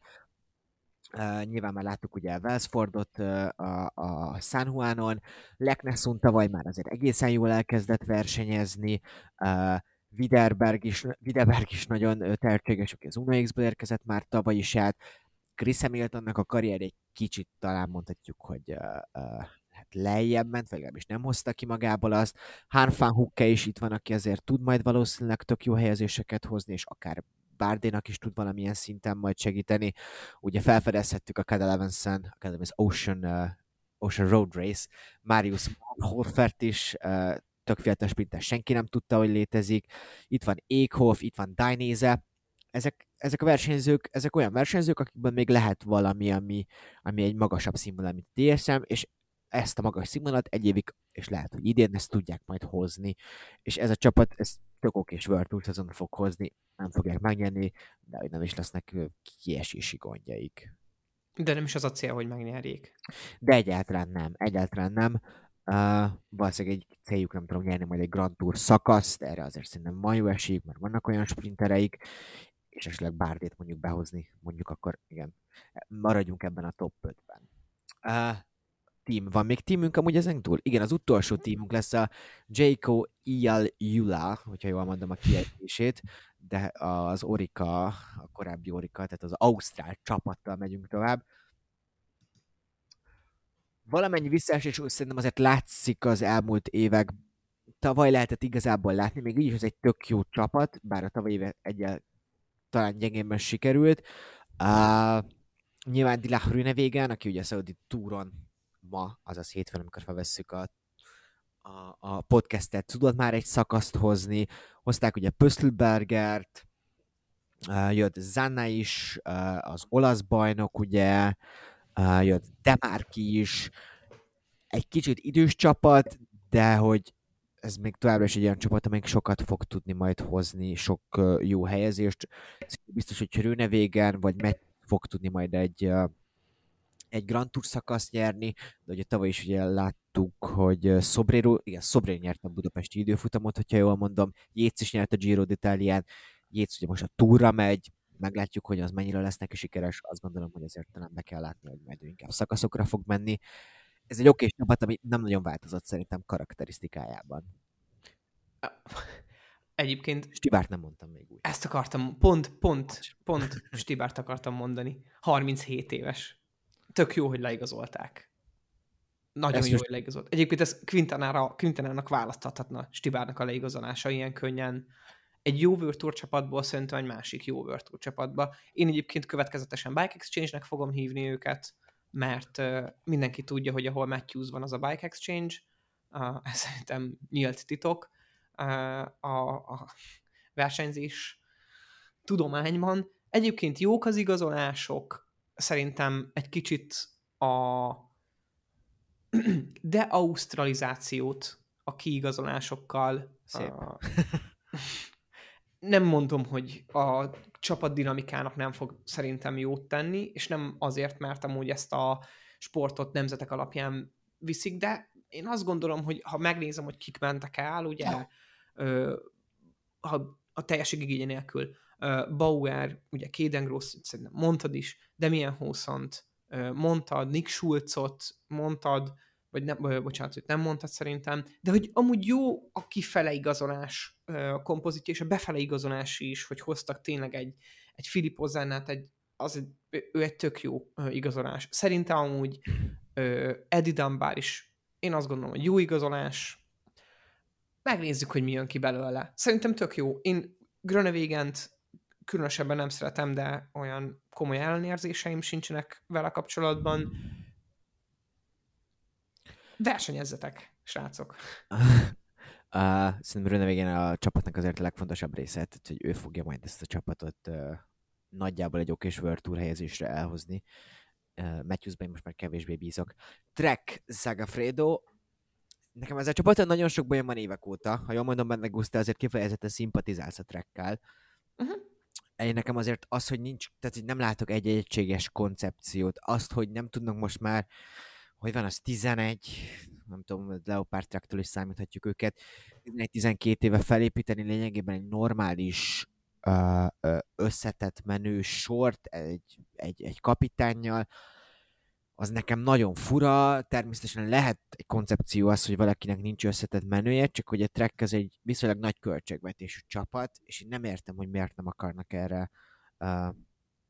Uh, nyilván már láttuk ugye Welsfordot uh, a, a San Juanon, Leknesson tavaly már azért egészen jól elkezdett versenyezni, uh, Widerberg is, Widerberg is nagyon tehetséges, aki az Uno X-ből érkezett már tavaly is át, Chris Hamiltonnak a karrier egy kicsit talán mondhatjuk, hogy uh, uh, hát lejjebb ment, vagy legalábbis nem hozta ki magából azt. Han Van-Hucke is itt van, aki azért tud majd valószínűleg tök jó helyezéseket hozni, és akár Bardénak is tud valamilyen szinten majd segíteni. Ugye felfedezhettük a Cadel Evans-en, a Cadel Evans Ocean, uh, Ocean Road Race, Marius Horfert is, uh, tök fiatal sprinter, senki nem tudta, hogy létezik. Itt van Eekhoff, itt van Dainese. Ezek, ezek a versenyzők, ezek olyan versenyzők, akikben még lehet valami, ami, ami egy magasabb színvonal, mint té es em, és ezt a magas színvonalat egy évig, és lehet, hogy idén ezt tudják majd hozni. És ez a csapat, ez tök okés World Tour szezon fog hozni, nem fogják megnyerni, de hogy nem is lesznek kiesési gondjaik. De nem is az a cél, hogy megnyerjék. De egyáltalán nem, egyáltalán nem. Uh, valószínűleg egy céljuk, nem tudom nyerni majd egy Grand Tour szakaszt, erre azért szerintem van jó esélyük, mert vannak olyan sprintereik, és esetleg Bardét mondjuk behozni, mondjuk akkor igen, maradjunk ebben a top ötben. Uh, team, van még teamünk amúgy ezen túl? Igen, az utolsó teamünk lesz a Jayco Ijala, hogyha jól mondom a kiejtését, de az Orica, a korábbi Orica, tehát az ausztrál csapattal megyünk tovább. Valamennyi visszaesés szerintem azért látszik az elmúlt évek. Tavaly lehetett igazából látni, még így is ez egy tök jó csapat, bár a tavalyi éve egyel talán gyengénben sikerült. Uh, nyilván Dylan Groenewegen, aki ugye a Saudi Touron ma, azaz hétfőn, amikor felvesszük a, a, a podcastet, tudott már egy szakaszt hozni. Hozták ugye Pöstlbergert, uh, jött Zanna is, uh, az olasz bajnok, ugye, uh, jött Demarki is. Egy kicsit idős csapat, de hogy ez még továbbra is egy olyan csapat, amelyik sokat fog tudni majd hozni, sok uh, jó helyezést. Biztos, hogy Groenewegen vagy meg fog tudni majd egy, uh, egy Grand Tour szakaszt nyerni, de ugye tavaly is ugye láttuk, hogy Sobrero, igen, Sobrero nyert a budapesti időfutamot, hogyha jól mondom, Yates is nyert a Giro d'Italián, Yates ugye most a Tourra megy, meglátjuk, hogy az mennyire lesz neki sikeres, azt gondolom, hogy azért talán be kell látni, hogy majd inkább szakaszokra fog menni. Ez egy okés csapat, ami nem nagyon változott szerintem karakterisztikájában. Egyébként... Stibárt nem mondtam még úgy. Ezt akartam, pont, pont, pont Stibárt akartam mondani. harminchét éves. Tök jó, hogy leigazolták. Nagyon ezt jó, most... hogy leigazolt. Egyébként ez Quintanára, Quintanának választhatna Stibárnak a leigazolása ilyen könnyen. Egy jó World Tour csapatból szerintem egy másik jó World Tour csapatba. Én egyébként következetesen Bike Exchange-nek fogom hívni őket, mert uh, mindenki tudja, hogy ahol Matthews van, az a Bike Exchange. Uh, ez szerintem nyílt titok. Uh, a, a versenyzés tudományban. Egyébként jók az igazolások, szerintem egy kicsit a deausztralizációt a kiigazolásokkal. Szép. Uh, nem mondom, hogy a csapatdinamikának nem fog szerintem jót tenni, és nem azért, mert amúgy ezt a sportot nemzetek alapján viszik, de én azt gondolom, hogy ha megnézem, hogy kik mentek el, ugye ö, ha a teljesség igénye nélkül, ö, Bauer, ugye Caden Gross, szerintem mondtad is, Demian Hawsont ö, mondtad, Nick Schulzot mondtad, vagy nem, ö, bocsánat, hogy nem mondtad szerintem, de hogy amúgy jó a kifele igazolás ö, kompozitja, és a befele igazolás is, hogy hoztak tényleg egy, egy Filip Ozánát, egy, az egy, ő egy tök jó ö, igazolás. Szerintem amúgy ö, Eddie Dunbar is, én azt gondolom, hogy jó igazolás. Megnézzük, hogy mi jön ki belőle. Szerintem tök jó. Én Groenewegent különösebben nem szeretem, de olyan komoly ellenérzéseim sincsenek vele kapcsolatban. Versenyezzetek, srácok. Uh, szerintem Groenewegen a csapatnak azért a legfontosabb része, tehát, hogy ő fogja majd ezt a csapatot uh, nagyjából egy okés World Tour helyezésre elhozni. Uh, Matthewsben most már kevésbé bízok. Trek Segafredo. Nekem ez a csapaton nagyon sok bajom van évek óta. Ha jól mondom, benne Guszta, azért kifejezetten szimpatizálsz a Trekkel. Uh-huh. Én nekem azért az, hogy nincs, tehát hogy nem látok egy egységes koncepciót. Azt, hogy nem tudnak most már, hogy van az tizenegy, nem tudom, Leopard Trektől is számíthatjuk őket, tizenegy-tizenkét éve felépíteni lényegében egy normális összetett menő sort egy, egy, egy kapitánnyal, az nekem nagyon fura, természetesen lehet egy koncepció az, hogy valakinek nincs összetett menője, csak hogy a Trek ez egy viszonylag nagy költségvetésű csapat, és én nem értem, hogy miért nem akarnak erre uh,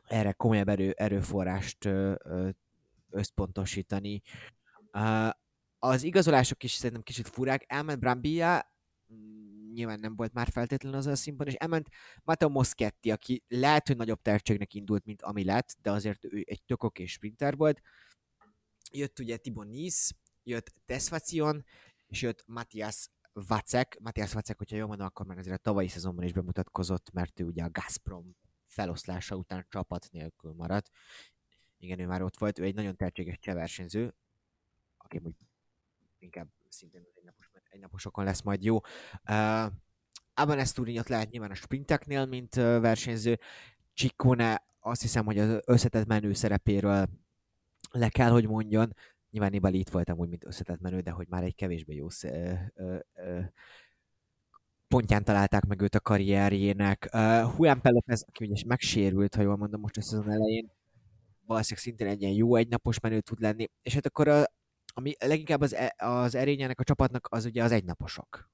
erre komolyabb erő, erőforrást ö, ö, összpontosítani. Uh, az igazolások is szerintem kicsit furák. Elment Brambilla, nyilván nem volt már feltétlenül az a színpont, és elment Matteo Moschetti, aki lehet, hogy nagyobb tehetségnek indult, mint ami lett, de azért ő egy tök okés sprinter volt. Jött ugye Thibaut Nice, jött Tesfacion, és jött Matthias Vacek. Matthias Vacek, hogyha jól mondom, akkor már azért a tavalyi szezonban is bemutatkozott, mert ő ugye a Gazprom feloszlása után csapat nélkül maradt. Igen, ő már ott volt, ő egy nagyon tehetséges cseh versenyző, aki úgy inkább szintén az egynapos, egynaposokon lesz majd jó. Uh, Abban ezt Turinyot lehet nyilván a sprinteknél, mint uh, versenyző. Ciccone azt hiszem, hogy az összetett menő szerepéről le kell, hogy mondjon. Nyilván Nibali itt volt amúgy, mint összetett menő, de hogy már egy kevésbé jó sz- ö, ö, ö, pontján találták meg őt a karrierjének. Uh, Juan Pelopez, aki ugye megsérült, ha jól mondom most a szezon elején, valószínűleg szintén egy ilyen jó egynapos menő tud lenni. És hát akkor a, ami leginkább az, e, az erényének a csapatnak, az ugye az egynaposok.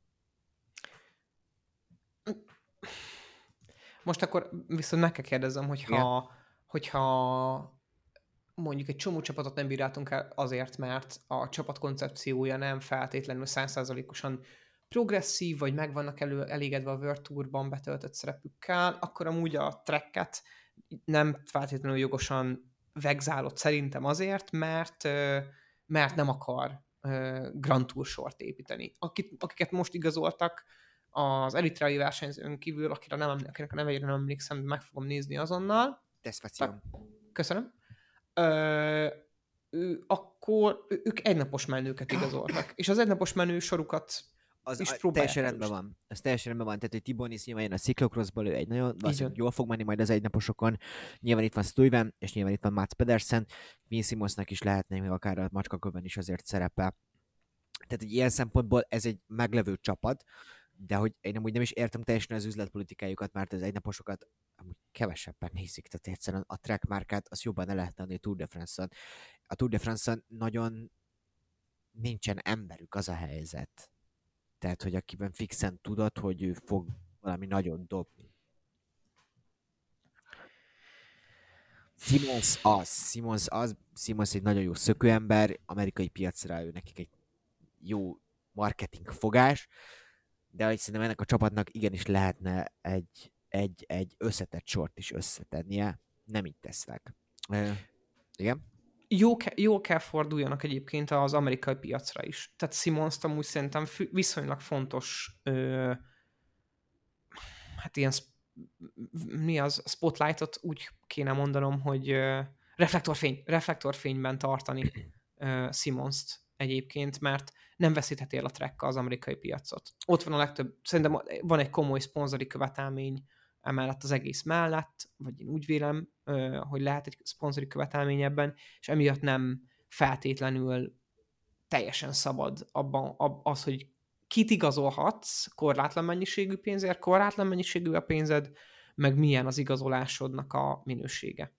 Most akkor viszont meg kell kérdezzem, hogyha, hogyha mondjuk egy csomó csapatot nem bíráltunk el azért, mert a csapat koncepciója nem feltétlenül száz százalékosan progresszív, vagy meg vannak elő, elégedve a World Tourban betöltött szerepükkel, akkor amúgy a Trekket nem feltétlenül jogosan vegzálott szerintem azért, mert, mert nem akar Grand Tour sort építeni. Akit, akiket most igazoltak, az eritreai versenyzőn kívül, akire nem, akinek a nevére nem emlékszem, meg fogom nézni azonnal. Tesfacion. Köszönöm. Ö, ő, akkor ő, ők egynapos menőket igazoltak, és az egynapos menő sorukat az is a, próbálják. teljesen rendben van. Ez teljesen rendben van. Tehát, hogy Thibaut Nice nyilván jön a Cyclocrossból, ő egy nagyon, valószínűleg jól fog menni majd az egynaposokon. Nyilván itt van Stuyven, és nyilván itt van Mats Pedersen. Quinn Simmonsnak is lehetne még akár a macskakövben is azért szerepe. Tehát, hogy ilyen szempontból ez egy meglevő csapat, de hogy én amúgy nem is értem teljesen az üzletpolitikájukat, mert az egynaposokat amúgy kevesebben nézik, tehát egyszerűen a Trek márkát az jobban ne lehet tenni a Tour de France-on. A Tour de France-on nagyon nincsen emberük, az a helyzet. Tehát, hogy akiben fixen tudod, hogy ő fog valami nagyon dobni. Simmons az, Simmons az, Simmons egy nagyon jó szökőember, amerikai piacra ő nekik egy jó marketing fogás, de hogy szerintem ennek a csapatnak igenis lehetne egy, egy, egy összetett sort is összetennie. Nem így tesznek. Uh, igen? Jó, ke- jó kell forduljanak egyébként az amerikai piacra is. Tehát Simmons-t amúgy szerintem f- viszonylag fontos ö, hát ilyen sp- mi az? Spotlightot úgy kéne mondanom, hogy ö, reflektorfény, reflektorfényben tartani ö, Simmons-t egyébként, mert nem veszítheti el a Trek az amerikai piacot. Ott van a legtöbb, szerintem van egy komoly szponzori követelmény emellett az egész mellett, vagy én úgy vélem, hogy lehet egy szponzori követelmény ebben, és emiatt nem feltétlenül teljesen szabad abban az, hogy kit igazolhatsz korlátlan mennyiségű pénzért, korlátlan mennyiségű a pénzed, meg milyen az igazolásodnak a minősége.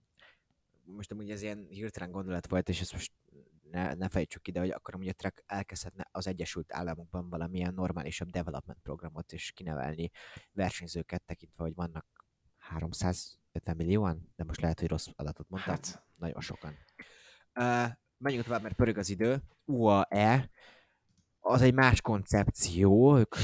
Most amúgy ez ilyen hirtelen gondolat volt, és ezt most ne, ne fejtsük ki, de hogy akkor amúgy a Trek elkezdhetne az Egyesült Államokban valamilyen normálisabb development programot és kinevelni versenyzőket tekintve, hogy vannak háromszázötven millióan, de most lehet, hogy rossz adatot mondtam. Hát. Nagyon sokan. Uh, menjünk tovább, mert pörög az idő. u á e az egy más koncepció, ők,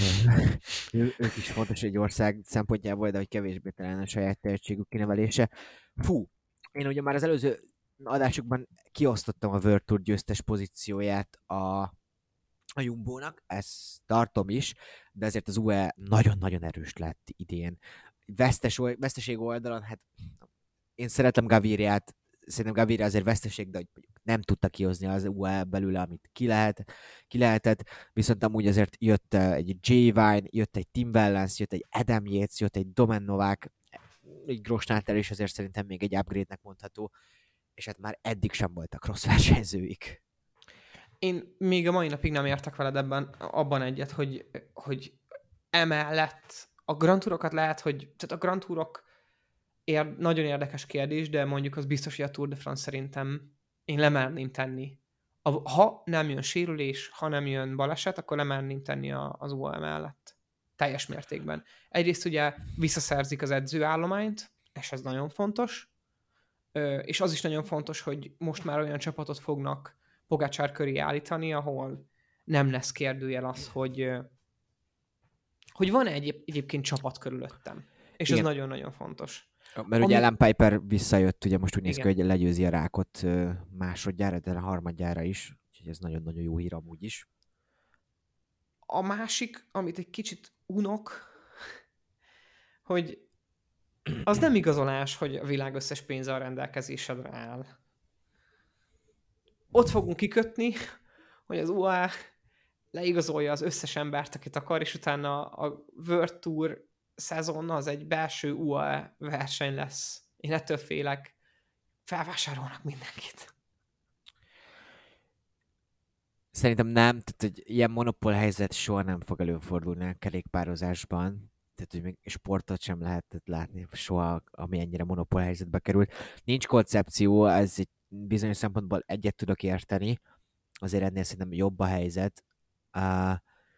ő, ők is fontos egy ország szempontjából, de hogy kevésbé talán a saját tehetségük kinevelése. Fú, én ugye már az előző adásokban kiosztottam a World Tour győztes pozícióját a, a Jumbo-nak, ezt tartom is, de ezért az u á e nagyon-nagyon erős lett idén. Vesztes, veszteség oldalon, hát én szeretem Gaviriát, szerintem Gaviria azért veszteség, de hogy nem tudta kihozni az u á e belőle, amit ki, lehet, ki lehetett, viszont amúgy azért jött egy Jay Vine, jött egy Tim Wellens, jött egy Adam Yates, jött egy Domen Novák, egy Grossnálter is azért szerintem még egy upgrade-nek mondható, és hát már eddig sem voltak rossz versenyzőik. Én még a mai napig nem értek veled ebben, abban egyet, hogy, hogy emellett a Grand Tourokat lehet, hogy tehát a Grand Tourok ér, nagyon érdekes kérdés, de mondjuk az biztos, hogy a Tour de France szerintem én lemerném tenni. A, ha nem jön sérülés, ha nem jön baleset, akkor lemerném tenni a, az u á e mellett. Teljes mértékben. Egyrészt ugye visszaszerzik az edzőállományt, és ez nagyon fontos, és az is nagyon fontos, hogy most már olyan csapatot fognak Pogačar köré állítani, ahol nem lesz kérdőjel az, hogy, hogy van-e egyéb, egyébként csapat körülöttem. És igen. Ez nagyon-nagyon fontos. Mert Ami... ugye Alan Piper visszajött, ugye most úgy néz ki, hogy legyőzi a Rákot másodjára, de a harmadjára is, úgyhogy ez nagyon-nagyon jó hír amúgy is. A másik, amit egy kicsit unok, hogy az nem igazolás, hogy a világ összes pénze a rendelkezésedre áll. Ott fogunk kikötni, hogy az u á e leigazolja az összes embert, akit akar, és utána a World Tour szezon az egy belső u á e verseny lesz. Én ettől félek. Felvásárolnak mindenkit. Szerintem nem, tehát hogy ilyen monopól helyzet soha nem fog előfordulni a kerékpározásban. Tehát, hogy még sportot sem lehetett látni soha, ami ennyire monopól helyzetbe került. Nincs koncepció, ez egy bizonyos szempontból egyet tudok érteni, azért ennél szerintem jobb a helyzet. Uh,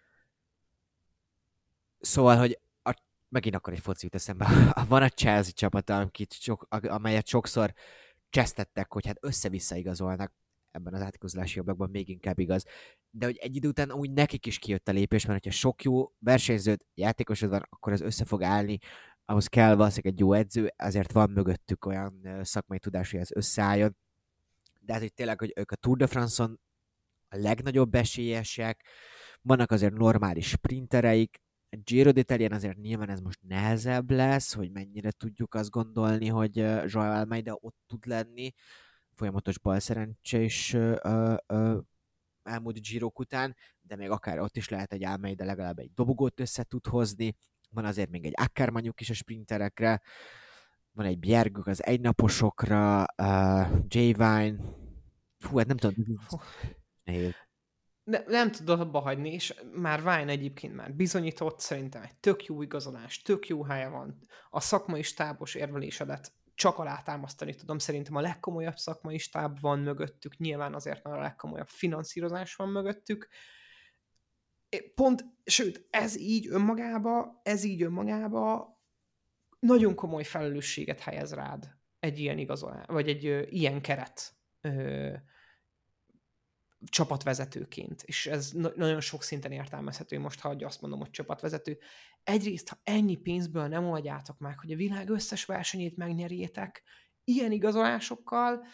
szóval, hogy a, megint akkor egy foci jut eszembe. Van a Chelsea csapata, akit sok, amelyet sokszor csesztettek, hogy hát össze-vissza igazolnak, ebben az átigazolási ablakban még inkább igaz. De hogy egy idő után úgy nekik is kijött a lépés, mert hogyha sok jó versenyződ, játékosod van, akkor az össze fog állni, ahhoz kell valószínűleg egy jó edző, azért van mögöttük olyan szakmai tudás, hogy ez összeálljon. De hát, hogy tényleg, hogy ők a Tour de France-on a legnagyobb esélyesek, vannak azért normális sprintereik, a Giro d'Italián azért nyilván ez most nehezebb lesz, hogy mennyire tudjuk azt gondolni, hogy Joao Almeida ott tud lenni, folyamatos balszerencse is ö, ö, elmúlt Girok után, de még akár ott is lehet egy Almeida legalább egy dobogót össze tud hozni, van azért még egy Ackermanjuk is a sprinterekre, van egy Bjergük az egynaposokra, uh, J-Vine, fú, hát nem tudom, nehéz. Ne, nem tudod abba hagyni, és már Vine egyébként már bizonyított, szerintem egy tök jó igazolás, tök jó helye van. A szakmai stábos érvelésedet csak alátámasztani tudom, szerintem a legkomolyabb szakmai stáb van mögöttük, nyilván azért, mert a legkomolyabb finanszírozás van mögöttük. Pont, sőt, ez így önmagába, ez így önmagába nagyon komoly felelősséget helyez rád egy ilyen igazolás, vagy egy ö, ilyen keret ö, csapatvezetőként, és ez na- nagyon sok szinten értelmezhető, most ha azt mondom, hogy csapatvezető. Egyrészt, ha ennyi pénzből nem oldjátok meg, hogy a világ összes versenyét megnyerjétek, ilyen igazolásokkal,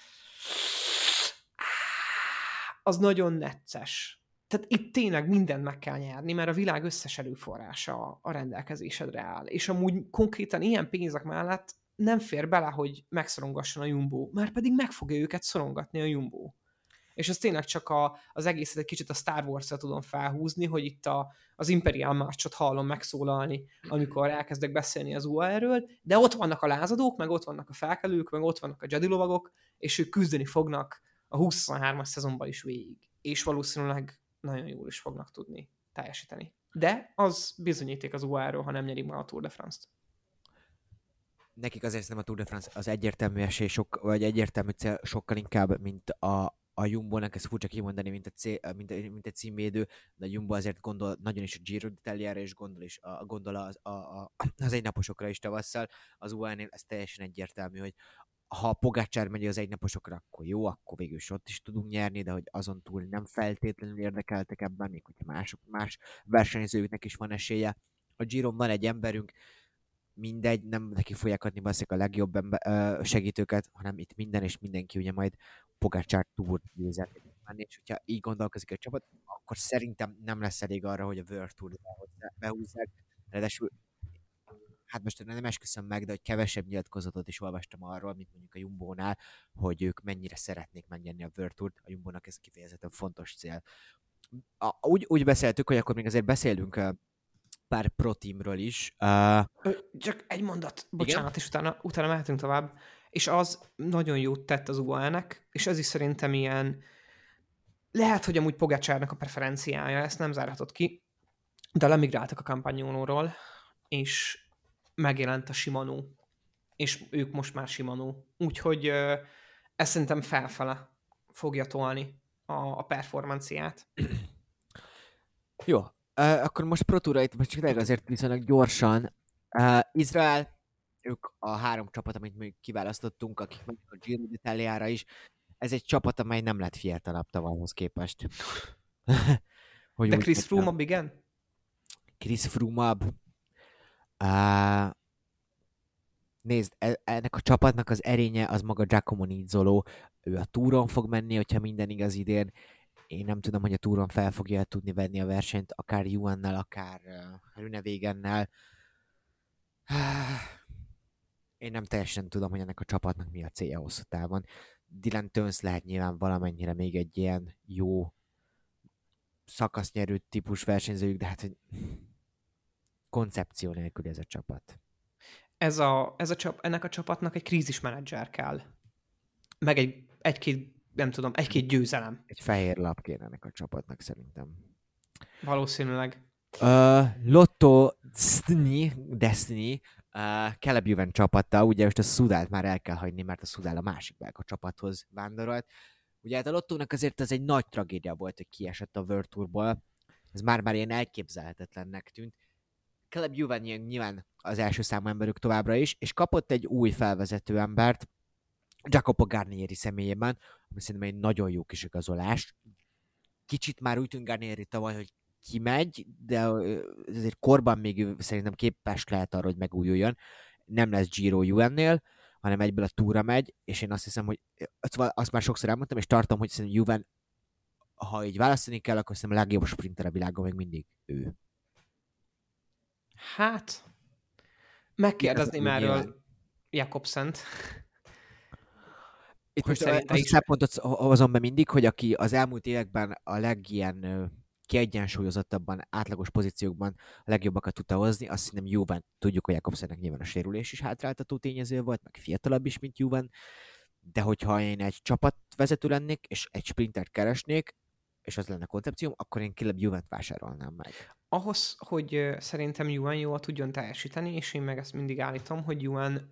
az nagyon necces. Tehát itt tényleg mindent meg kell nyerni, mert a világ összes előforrása a rendelkezésedre áll. És amúgy konkrétan ilyen pénzek mellett nem fér bele, hogy megszorongasson a Jumbo, már pedig meg fogja őket szorongatni a Jumbo. És ez tényleg csak a, az egészet egy kicsit a Star Wars-ra tudom felhúzni, hogy itt a, az Imperial March-ot hallom megszólalni, amikor elkezdek beszélni az u á é-ről, de ott vannak a lázadók, meg ott vannak a felkelők, meg ott vannak a Jedi lovagok, és ők küzdeni fognak a huszonhármas szezonban is végig. És valószínűleg nagyon jól is fognak tudni teljesíteni. De az bizonyíték az u á é-ről, ha nem nyerik meg a Tour de France-t. Nekik azért nem a Tour de France az egyértelmű esély, sok, vagy egyértelmű cél sokkal inkább, mint a a Jumbo-nak, ezt furcsa kimondani, mint a, cél, mint, a, mint a címvédő, de a Jumbo azért gondol nagyon is a Giro d'Italiára, és gondol, is, a, gondol az, a, a, az egynaposokra is tavasszal. Az u á é-nél ez teljesen egyértelmű, hogy ha Pogačar megy az egynaposokra, akkor jó, akkor végül is ott is tudunk nyerni, de hogy azon túl nem feltétlenül érdekeltek ebben, még hogyha mások, más versenyzőknek is van esélye. A Giron van egy emberünk, mindegy, nem neki fogják adni baszik a legjobb ember, ö, segítőket, hanem itt minden és mindenki ugye majd Pogačar Tour győzelmét menni, és hogyha így gondolkozik a csapat, akkor szerintem nem lesz elég arra, hogy a World Tour behúzzák. Ráadásul, hát most nem esküszöm meg, de hogy kevesebb nyilatkozatot is olvastam arról, mint mondjuk a Jumbo-nál, hogy ők mennyire szeretnék megnyerni a World Tourt. A Jumbo-nak ez kifejezetten fontos cél. A, úgy, úgy beszéltük, hogy akkor még azért beszélünk pár pro teamről is. Uh... Csak egy mondat, bocsánat, igen? És utána, utána mehetünk tovább. És az nagyon jót tett az u á é-nek, és ez is szerintem ilyen, lehet, hogy amúgy Pogačarnak a preferenciája, ezt nem zárhatod ki, de lemigráltak a Campagnolo-ról, és megjelent a Shimano, és ők most már Shimano. Úgyhogy ez szerintem felfele fogja tolni a, a performanciát. Jó. Uh, akkor most Pro Tour-ra itt most csak azért viszonylag gyorsan. Uh, Izrael, ők a három csapat, amit mi kiválasztottunk, akik mennek a Giro d'Italiára is, ez egy csapat, amely nem lett fiatalabb tavalyhoz képest. Hogy De Chris Froome igen? Chris Froome uh, nézd, ennek a csapatnak az erénye az maga Giacomo Nizzolo. Ő a túron fog menni, hogyha minden igaz idén. Én nem tudom, hogy a túron fel fogja tudni venni a versenyt, akár Juannal, akár uh, Runewegennel. Én nem teljesen tudom, hogy ennek a csapatnak mi a célja hosszú távon. Dylan Teuns lehet nyilván valamennyire még egy ilyen jó szakasznyerő típus versenyzőjük, de hát hogy koncepció nélkül ez a csapat. Ez a, ez a csap, ennek a csapatnak egy krízismenedzser kell. Meg egy, egy-két, nem tudom, egy-két győzelem. Egy fehér lap kéne ennek a csapatnak szerintem. Valószínűleg. Uh, Lotto Destiny, Destiny uh, Caleb Ewan csapata, ugye most a Szudált már el kell hagyni, mert a Szudál a másik belga csapathoz vándorolt. Ugye hát a Lottónak azért ez egy nagy tragédia volt, hogy kiesett a World Tourból. Ez már-már ilyen elképzelhetetlennek tűnt. Caleb Ewan nyilván az első számú emberük továbbra is, és kapott egy új felvezető embert, Jacopo Garnieri személyében, ami szerintem egy nagyon jó kis igazolás. Kicsit már úgy tűnt Garnieri tavaly, hogy kimegy, de azért korban még ő szerintem képes lehet arra, hogy megújuljon. Nem lesz Giro Ewan-nél, hanem egyből a túra megy, és én azt hiszem, hogy azt már sokszor elmondtam, és tartom, hogy szerintem Ewan, ha így választani kell, akkor szerintem a legjobb sprinter a világon még mindig ő. Hát, megkérdezném erről Jakobsent. Itt most azt szempontot hozom be mindig, hogy aki az elmúlt években a legilyen kiegyensúlyozottabban, átlagos pozíciókban a legjobbakat tudta hozni, azt hiszem Ewan, tudjuk, hogy Jakobsennek nyilván a sérülés is hátráltató tényező volt, meg fiatalabb is, mint Ewan, de hogyha én egy csapatvezető lennék, és egy sprintert keresnék, és az lenne a koncepcióm, akkor én Caleb Ewan-t vásárolnám meg. Ahhoz, hogy uh, szerintem Ewan jól tudjon teljesíteni, és én meg ezt mindig állítom, hogy Ewan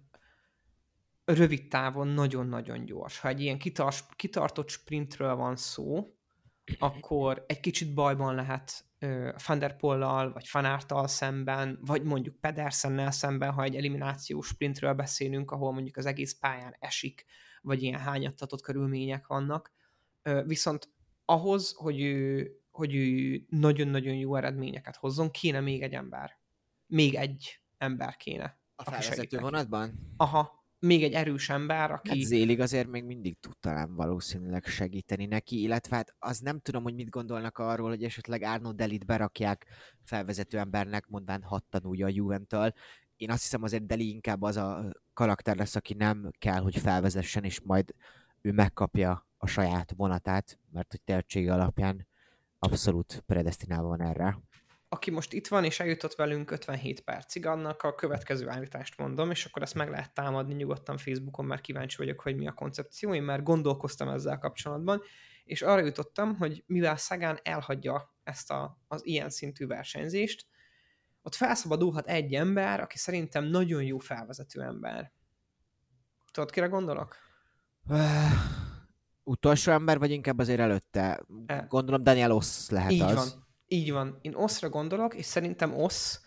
rövid távon nagyon-nagyon gyors. Ha egy ilyen kitar- kitartott sprintről van szó, akkor egy kicsit bajban lehet uh, Van der Poellal, vagy Van Aerttal szemben, vagy mondjuk Pedersennel szemben, ha egy eliminációs sprintről beszélünk, ahol mondjuk az egész pályán esik, vagy ilyen hányattatott körülmények vannak. Uh, viszont ahhoz, hogy ő, hogy ő nagyon-nagyon jó eredményeket hozzon, kéne még egy ember. Még egy ember kéne. A felvezető vonatban? Aha. Még egy erős ember, aki... Hát Zélig azért még mindig tud talán valószínűleg segíteni neki, illetve hát az nem tudom, hogy mit gondolnak arról, hogy esetleg Arnaud Delit berakják felvezető embernek, mondván hat tanulja a Ewan-től. Én azt hiszem azért Deli inkább az a karakter lesz, aki nem kell, hogy felvezessen, és majd ő megkapja a saját vonatát, mert hogy tehetsége alapján abszolút predesztinálva van erre. Aki most itt van, és eljutott velünk ötvenhét percig, annak a következő állítást mondom, és akkor ezt meg lehet támadni nyugodtan Facebookon, mert kíváncsi vagyok, hogy mi a koncepció, én már gondolkoztam ezzel kapcsolatban, és arra jutottam, hogy mivel Sagan elhagyja ezt a, az ilyen szintű versenyzést, ott felszabadulhat egy ember, aki szerintem nagyon jó felvezető ember. Tudod, kire gondolok? Uh, utolsó ember, vagy inkább azért előtte? E. Gondolom Daniel Oss lehet Így az. Van. Így van. Én Oszra gondolok, és szerintem Osz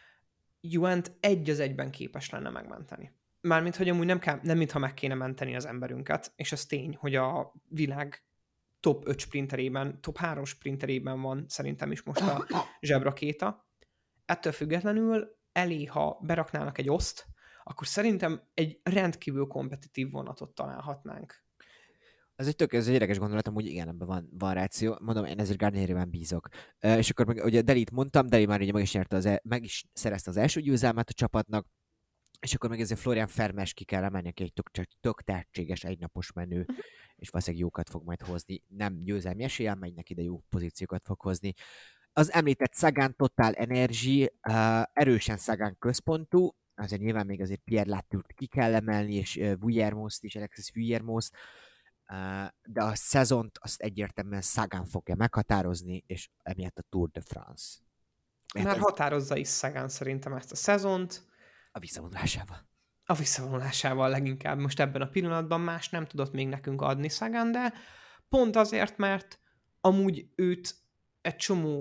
Ewan-t egy az egyben képes lenne megmenteni. Mármint, hogy amúgy nem, kell, nem mintha meg kéne menteni az emberünket, és az tény, hogy a világ top öt sprinterében, top három sprinterében van szerintem is most a zsebrakéta. Ettől függetlenül elé, ha beraknának egy Oszt, akkor szerintem egy rendkívül kompetitív vonatot találhatnánk. Ez egy tök, ez egy érdekes gondolatom, hogy igen, ebben van, van ráció. Mondom, én ezért Garnierben bízok. Uh, és akkor meg, ugye Delit mondtam, Deli már ugye meg is, nyerte az el, meg is szerezte az első győzelmet a csapatnak, és akkor meg ezért Florian Vermeers ki kell emelni, aki egy tök, tök tehetséges egynapos menő, uh-huh. és valószínűleg jókat fog majd hozni. Nem győzelmi eséllyel megy neki, de jó pozíciókat fog hozni. Az említett Sagan Total Energy, uh, erősen Sagan központú, azért nyilván még azért Pierre Latourt ki kell emelni, és uh, Vuillermost is, Alexis Vuillermost, Uh, de a szezont azt egyértelműen Sagan fogja meghatározni, és emiatt a Tour de France. Mert Már ez... határozza is Sagan szerintem ezt a szezont. A visszavonulásával. A visszavonulásával leginkább. Most ebben a pillanatban más nem tudott még nekünk adni Sagan, de pont azért, mert amúgy őt egy csomó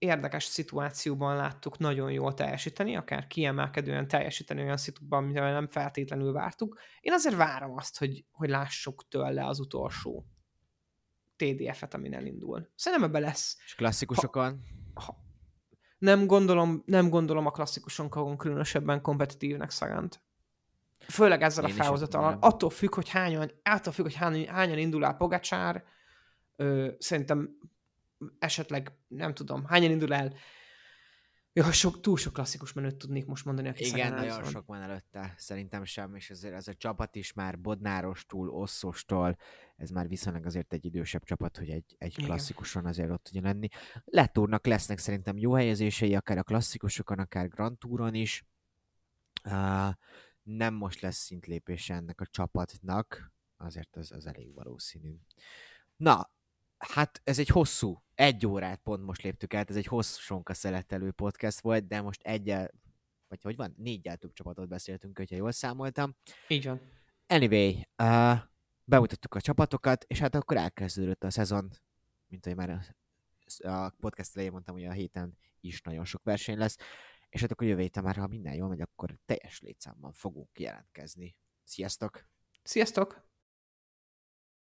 érdekes szituációban láttuk nagyon jól teljesíteni, akár kiemelkedően teljesíteni olyan szitukban, amit nem feltétlenül vártuk. Én azért várom azt, hogy, hogy lássuk tőle az utolsó té dé ef-et, amin elindul. Szerintem ebbe lesz. És klasszikusokon? Ha, ha, nem, gondolom, nem gondolom a klasszikusonkon különösebben kompetitívnek Szagant. Főleg ezzel Én a felhozatallal. Attól függ, hogy hányan, attól függ, hogy hányan, hányan indul el Pogačar, ö, szerintem esetleg, nem tudom, hányan indul el. Ja, sok, túl sok klasszikus menőt tudnék most mondani, aki Igen, nagyon sok van előtte, szerintem sem, és azért ez a csapat is már Bodnárostól, Osszostól, ez már viszonylag azért egy idősebb csapat, hogy egy, egy klasszikuson azért ott tudja lenni. Letournak lesznek szerintem jó helyezései, akár a klasszikusokon, akár Grand Touron is. Uh, nem most lesz szintlépése ennek a csapatnak, azért az, az elég valószínű. Na, hát ez egy hosszú, egy órát pont most léptük át, ez egy hosszúsonka szeletelő podcast volt, de most egyel, vagy hogy van, négyel több csapatot beszéltünk, hogyha jól számoltam. Így van. Anyway, uh, bemutattuk a csapatokat, és hát akkor elkezdődött a szezon, mint ahogy már a podcast elején mondtam, hogy a héten is nagyon sok verseny lesz, és hát akkor jövő héten már, ha minden jól megy, akkor teljes létszámban fogunk jelentkezni. Sziasztok! Sziasztok!